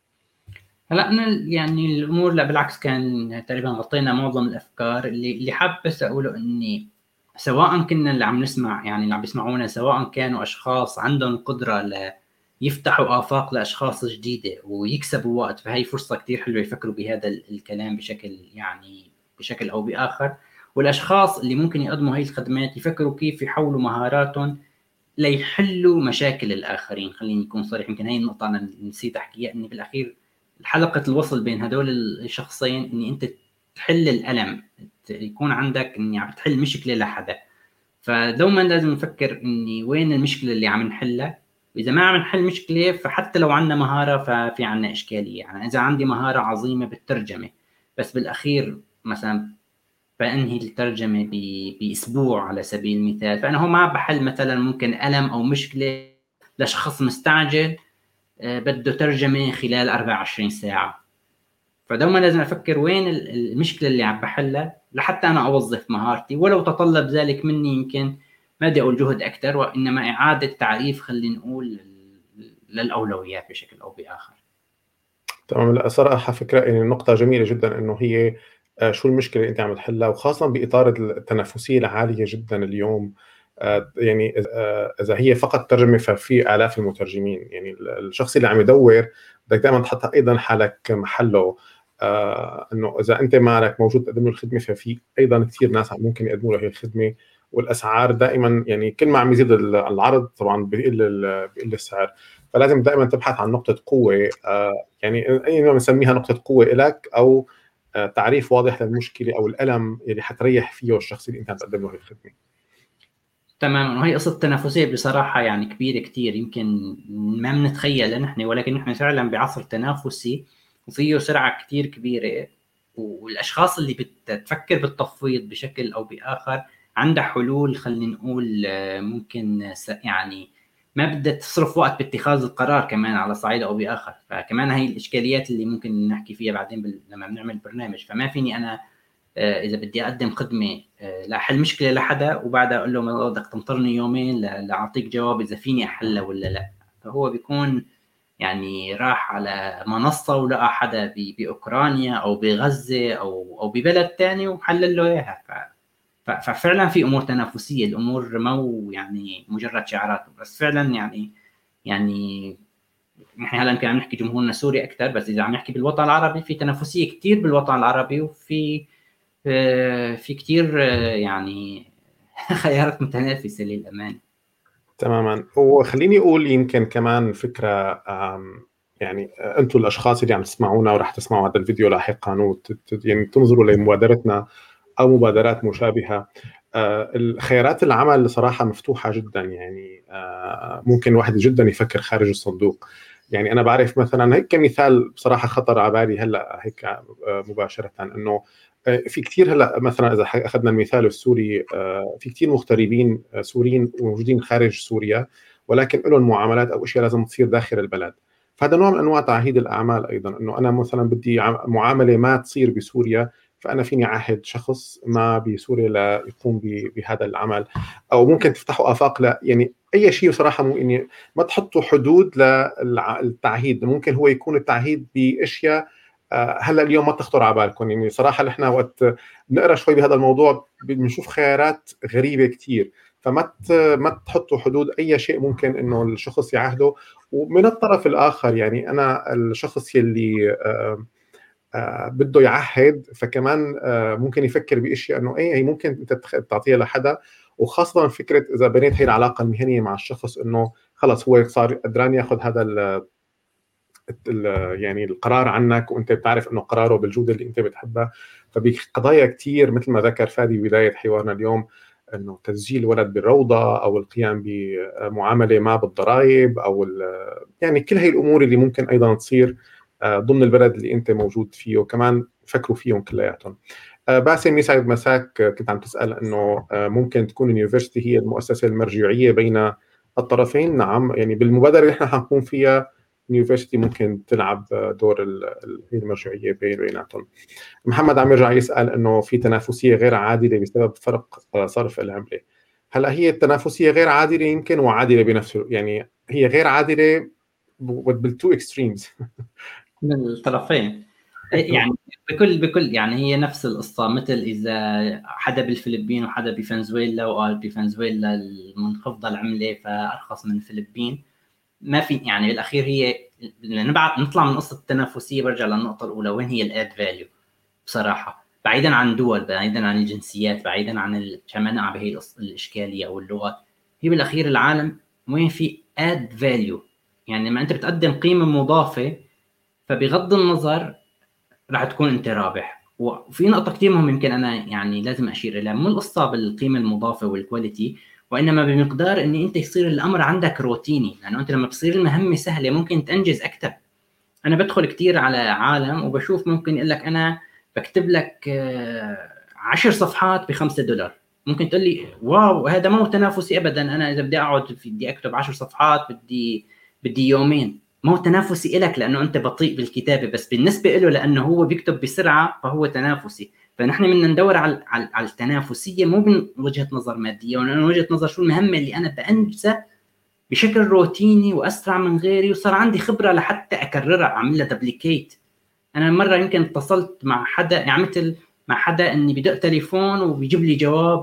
هلا انا يعني الامور لا بالعكس، كان تقريبا غطينا معظم الافكار. اللي اللي حابب بس اقوله اني سواء كنا اللي عم نسمع يعني اللي عم بيسمعونا سواء كانوا اشخاص عندهم قدره ليفتحوا افاق لاشخاص جديده ويكسبوا وقت، فهي فرصه كثير حلوه يفكروا بهذا الكلام بشكل يعني بشكل او باخر. والاشخاص اللي ممكن يقدموا هي الخدمات يفكروا كيف يحولوا مهاراتهم ليحلوا مشاكل الاخرين. خليني اكون صريح، يمكن هي النقطه انا نسيت احكيها، اني بالاخير حلقة الوصل بين هدول الشخصين اني انت تحل الالم، يكون عندك اني عم تحل مشكله لحدا. فدوما لازم نفكر اني وين المشكله اللي عم نحلها، واذا ما عم نحل مشكله فحتى لو عندنا مهاره ففي عندنا اشكاليه. يعني اذا عندي مهاره عظيمه بالترجمه بس بالاخير مثلا بانهي الترجمه باسبوع على سبيل المثال، فانا هو ما بحل مثلا ممكن الم او مشكله لشخص مستعجل بده ترجمة خلال أربعة وعشرين ساعة. فدوما لازم أفكر وين المشكلة اللي عم بحلها لحتى أنا أوظف مهارتي، ولو تطلب ذلك مني يمكن ما بدي أقول جهد أكثر، وإنما إعادة تعريف خلينا نقول للأولويات بشكل أو بآخر. تمام. لا صراحة فكرة يعني نقطة جميلة جدا، إنه هي شو المشكلة اللي أنت عم تحلها، وخاصة بإطار التنافسية العالية جدا اليوم. يعني إذا هي فقط ترجمة ففي آلاف المترجمين، يعني الشخص اللي عم يدور بدك دائما تحط أيضا حالك محله. إنه إذا أنت مالك موجود تقدم له الخدمة ففي أيضا كثير ناس ممكن يقدموا له هي الخدمة، والأسعار دائما يعني كل ما عم يزيد العرض طبعا بيقل بيقل السعر. فلازم دائما تبحث عن نقطة قوة، يعني أي نوع بنسميها نقطة قوة لك، أو تعريف واضح للمشكلة أو الألم اللي حتريح فيه الشخص اللي أنت تقدم له الخدمة. تمام. وهي قصة التنافسية بصراحة يعني كبيرة كتير، يمكن ما بنتخيلها نحن، ولكن نحن فعلا بعصر تنافسي وفيه سرعة كتير كبيرة. والأشخاص اللي بتفكر بالتفويض بشكل أو بآخر عندها حلول خلينا نقول ممكن يعني ما بدها تصرف وقت باتخاذ القرار كمان على صعيد أو بآخر. فكمان هي الإشكاليات اللي ممكن نحكي فيها بعدين لما بنعمل برنامج. فما فيني أنا إذا بدي أقدم خدمة لأحل مشكلة لحدا وبعدها أقول له بدك تنطرني يومين لأعطيك جواب إذا فيني أحلها ولا لا. فهو بيكون يعني راح على منصة ولقى حدا بأوكرانيا أو بغزة أو أو ببلد تاني وحلل له إياها. ففعلا في أمور تنافسية، الأمور مو يعني مجرد شعارات بس، فعلا يعني يعني نحن هلا يمكن عم نحكي جمهورنا سوري أكثر، بس إذا عم نحكي بالوطن العربي في تنافسية كتير بالوطن العربي، وفي في كتير يعني خيارات متنافسة للأمانة. تماما. وخليني أقول يمكن كمان فكرة، يعني أنتم الأشخاص اللي عم تسمعونا ورح تسمعوا هذا الفيديو لاحقا وت يعني تنظروا لمبادرتنا أو مبادرات مشابهة، الخيارات العمل صراحة مفتوحة جدا. يعني ممكن الواحد جدا يفكر خارج الصندوق. يعني أنا بعرف مثلا هيك كمثال بصراحة خطر على بالي هلأ هيك مباشرة، أنه في كثير هلا مثلا اذا اخذنا المثال السوري، في كثير مغتربين سوريين موجودين خارج سوريا، ولكن لهم معاملات او اشياء لازم تصير داخل البلد. فهذا نوع من انواع تعهيد الاعمال ايضا، انه انا مثلا بدي معامله ما تصير بسوريا فانا فيني اعهد شخص ما بسوريا ليقوم بهذا العمل، او ممكن تفتحوا افاق ل يعني اي شيء صراحه. مو يعني ما تحطوا حدود للتعهيد، ممكن هو يكون التعهيد باشياء هلا اليوم ما تخطر على بالكم. يعني صراحه نحن وقت نقرا شوي بهذا الموضوع بنشوف خيارات غريبه كثير، فما ما تحطوا حدود اي شيء ممكن انه الشخص يعهده. ومن الطرف الاخر يعني انا الشخص يلي آه آه بده يعهد فكمان آه ممكن يفكر باشياء انه ايه هي ممكن انت تعطيها لحدا، وخاصه فكره اذا بنيت هي العلاقه المهنيه مع الشخص انه خلص هو صار قدران ياخذ هذا ال يعني القرار عنك، وانت بتعرف انه قراره بالجوده اللي انت بتحبها. فبقضايا كثير مثل ما ذكر فادي بدايه حوارنا اليوم، انه تسجيل ولد بالروضه او القيام بمعامله ما بالضرائب او يعني كل هي الامور اللي ممكن ايضا تصير ضمن البلد اللي انت موجود فيه، وكمان فكروا فيهم كلياتهم. باسم يسعد مساك، كنت عم تسال انه ممكن تكون اليونيفرسيتي هي المؤسسه المرجعيه بين الطرفين. نعم، يعني بالمبادره اللي احنا حنكون فيها اليونيفرسيتي ممكن تلعب دور المرجعيه بيناتهم. محمد عم يرجع يسال انه في تنافسيه غير عادله بسبب فرق صرف العمله. هلا هي التنافسيه غير عادله يمكن وعادله بنفس، يعني هي غير عادله بالتو اكستريمز من الطرفين. يعني بكل بكل يعني هي نفس القصه، مثل اذا حدا بالفلبين وحدا بفنزويلا وقال بفنزويلا المنخفضه العمله فارخص من الفلبين، ما في يعني بالاخير هي نبعت نطلع من قصه التنافسيه. برجع للنقطه الاولى، وين هي الاد فاليو بصراحه، بعيدا عن دول، بعيدا عن الجنسيات، بعيدا عن الشمانعه بهي الاشكاليه او اللغات، هي بالاخير العالم وين في اد فاليو. يعني لما انت بتقدم قيمه مضافه فبغض النظر راح تكون انت رابح. وفي نقطه كثير مهمه يمكن انا يعني لازم اشير اليها، مو القصه بالقيمه المضافه والكواليتي، وانما بمقدار ان انت يصير الامر عندك روتيني. لانه يعني انت لما بتصير المهمه سهله ممكن تنجز اكثر. انا بدخل كثير على عالم وبشوف ممكن يقول لك انا بكتب لك عشر صفحات بخمسة دولار. ممكن تقول لي واو هذا ما هو تنافسي ابدا، انا اذا بدي اقعد بدي اكتب عشر صفحات بدي بدي يومين. ما هو تنافسي إلك لانه انت بطيء بالكتابه، بس بالنسبه له لانه هو بيكتب بسرعه فهو تنافسي. فنحن بدنا ندور على على التنافسيه مو من وجهه نظر ماديه، ومن وجهه نظر شو المهمه اللي انا بانجزها بشكل روتيني واسرع من غيري، وصار عندي خبره لحتى اكررها اعمل لها دبليكيت. انا مره يمكن اتصلت مع حدا يعني مثل مع حدا اني بدق تليفون وبيجيب لي جواب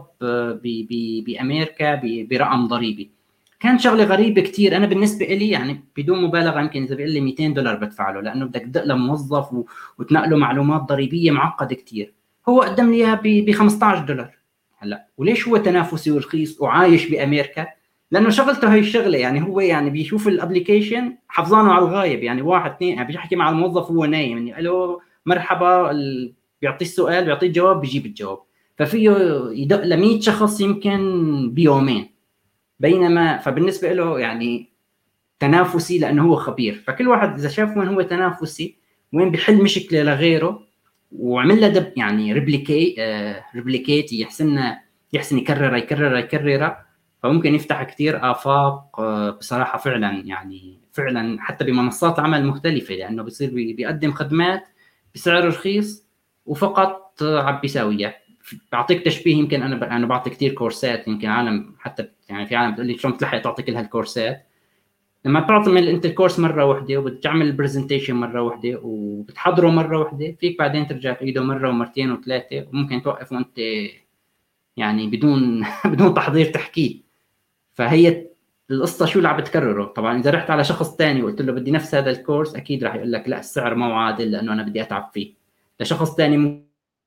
بامريكا برقم ضريبي. كان شغله غريبه كتير. انا بالنسبه لي يعني بدون مبالغه يمكن اذا بيقول لي مئتين دولار بدفع له، لانه بدك تدق لموظف وتنقله معلومات ضريبيه معقده كتير. هو قدم لي اياها ب خمسة عشر دولار. هلا وليش هو تنافسي ورخيص وعايش بامريكا؟ لانه شغلته هي الشغله. يعني هو يعني بيشوف الابلكيشن حفظانه على الغايب، يعني واحد اثنين يعني بيحكي مع الموظف وهو نايم يعني الو مرحبا، ال... بيعطيه السؤال بيعطيه الجواب بيجيب الجواب. ففيه يدق ل مئة شخص يمكن بيومين. بينما فبالنسبه له يعني تنافسي لانه هو خبير. فكل واحد اذا شاف وين هو تنافسي وين بيحل مشكله لغيره وعمل له دب يعني ريبليكيت آه ريبليكيت يحسن يحسن يكرر يكرر يكرر فممكن يفتح كثير آفاق بصراحة. فعلا يعني فعلا حتى بمنصات عمل مختلفة، لأنه بيصير بيقدم خدمات بسعر رخيص وفقط عم بيساويها. بعطيك تشبيه، يمكن أنا أنا بعطي كثير كورسات، يمكن عالم حتى يعني في عالم بتقول لي شلون تلحق تعطي كل هالكورسات. لما بتعطي انت الكورس مره واحده وبتعمل البرزنتيشن مره واحده وبتحضره مره واحده، فيك بعدين ترجع تعيده مره ومرتين وثلاثه، وممكن توقف وانت يعني بدون بدون تحضير تحكيه. فهي القصه شو اللي عم بتكرره. طبعا اذا رحت على شخص ثاني وقلت له بدي نفس هذا الكورس اكيد راح يقول لك لا السعر ما هو عادل لانه انا بدي اتعب فيه. لشخص ثاني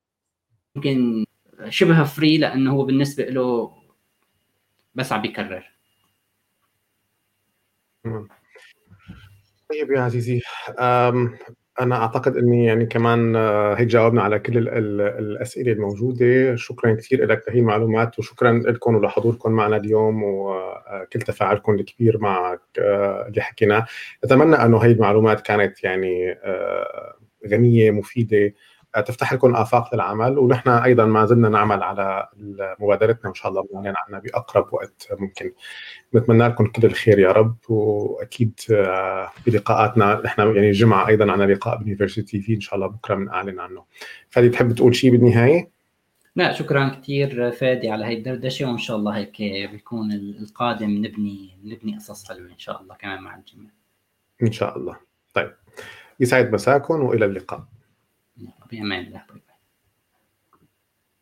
ممكن شبه فري لانه هو بالنسبه له بس عم بيكرر. طيب يا عزيزي، أنا أعتقد أني يعني كمان هيك جاوبنا على كل ال ال الأسئلة الموجودة. شكرا كثير لك لهي المعلومات، وشكرا لكم ولحضوركم معنا اليوم وكل تفاعلكم الكبير معك اللي حكيناه. أتمنى أنه هي المعلومات كانت يعني غنية مفيدة تفتح لكم آفاق للعمل. ونحن أيضا ما زلنا نعمل على مبادرتنا إن شاء الله بنعلن عنها بأقرب وقت ممكن. نتمنى لكم كل الخير يا رب. وأكيد بلقاءاتنا نحن يعني الجمعة أيضا عنا لقاء بيونيفرسيتي تي في إن شاء الله بكرة بنعلن عنه. فادي تحب تقول شيء بالنهاية؟ لا شكرا كثير فادي على هاي الدردشة، وإن شاء الله هيك بيكون القادم نبني نبني قصص حلوة إن شاء الله كمان مع الجميع إن شاء الله. طيب يسعد مساكم وإلى اللقاء. بأمان الله.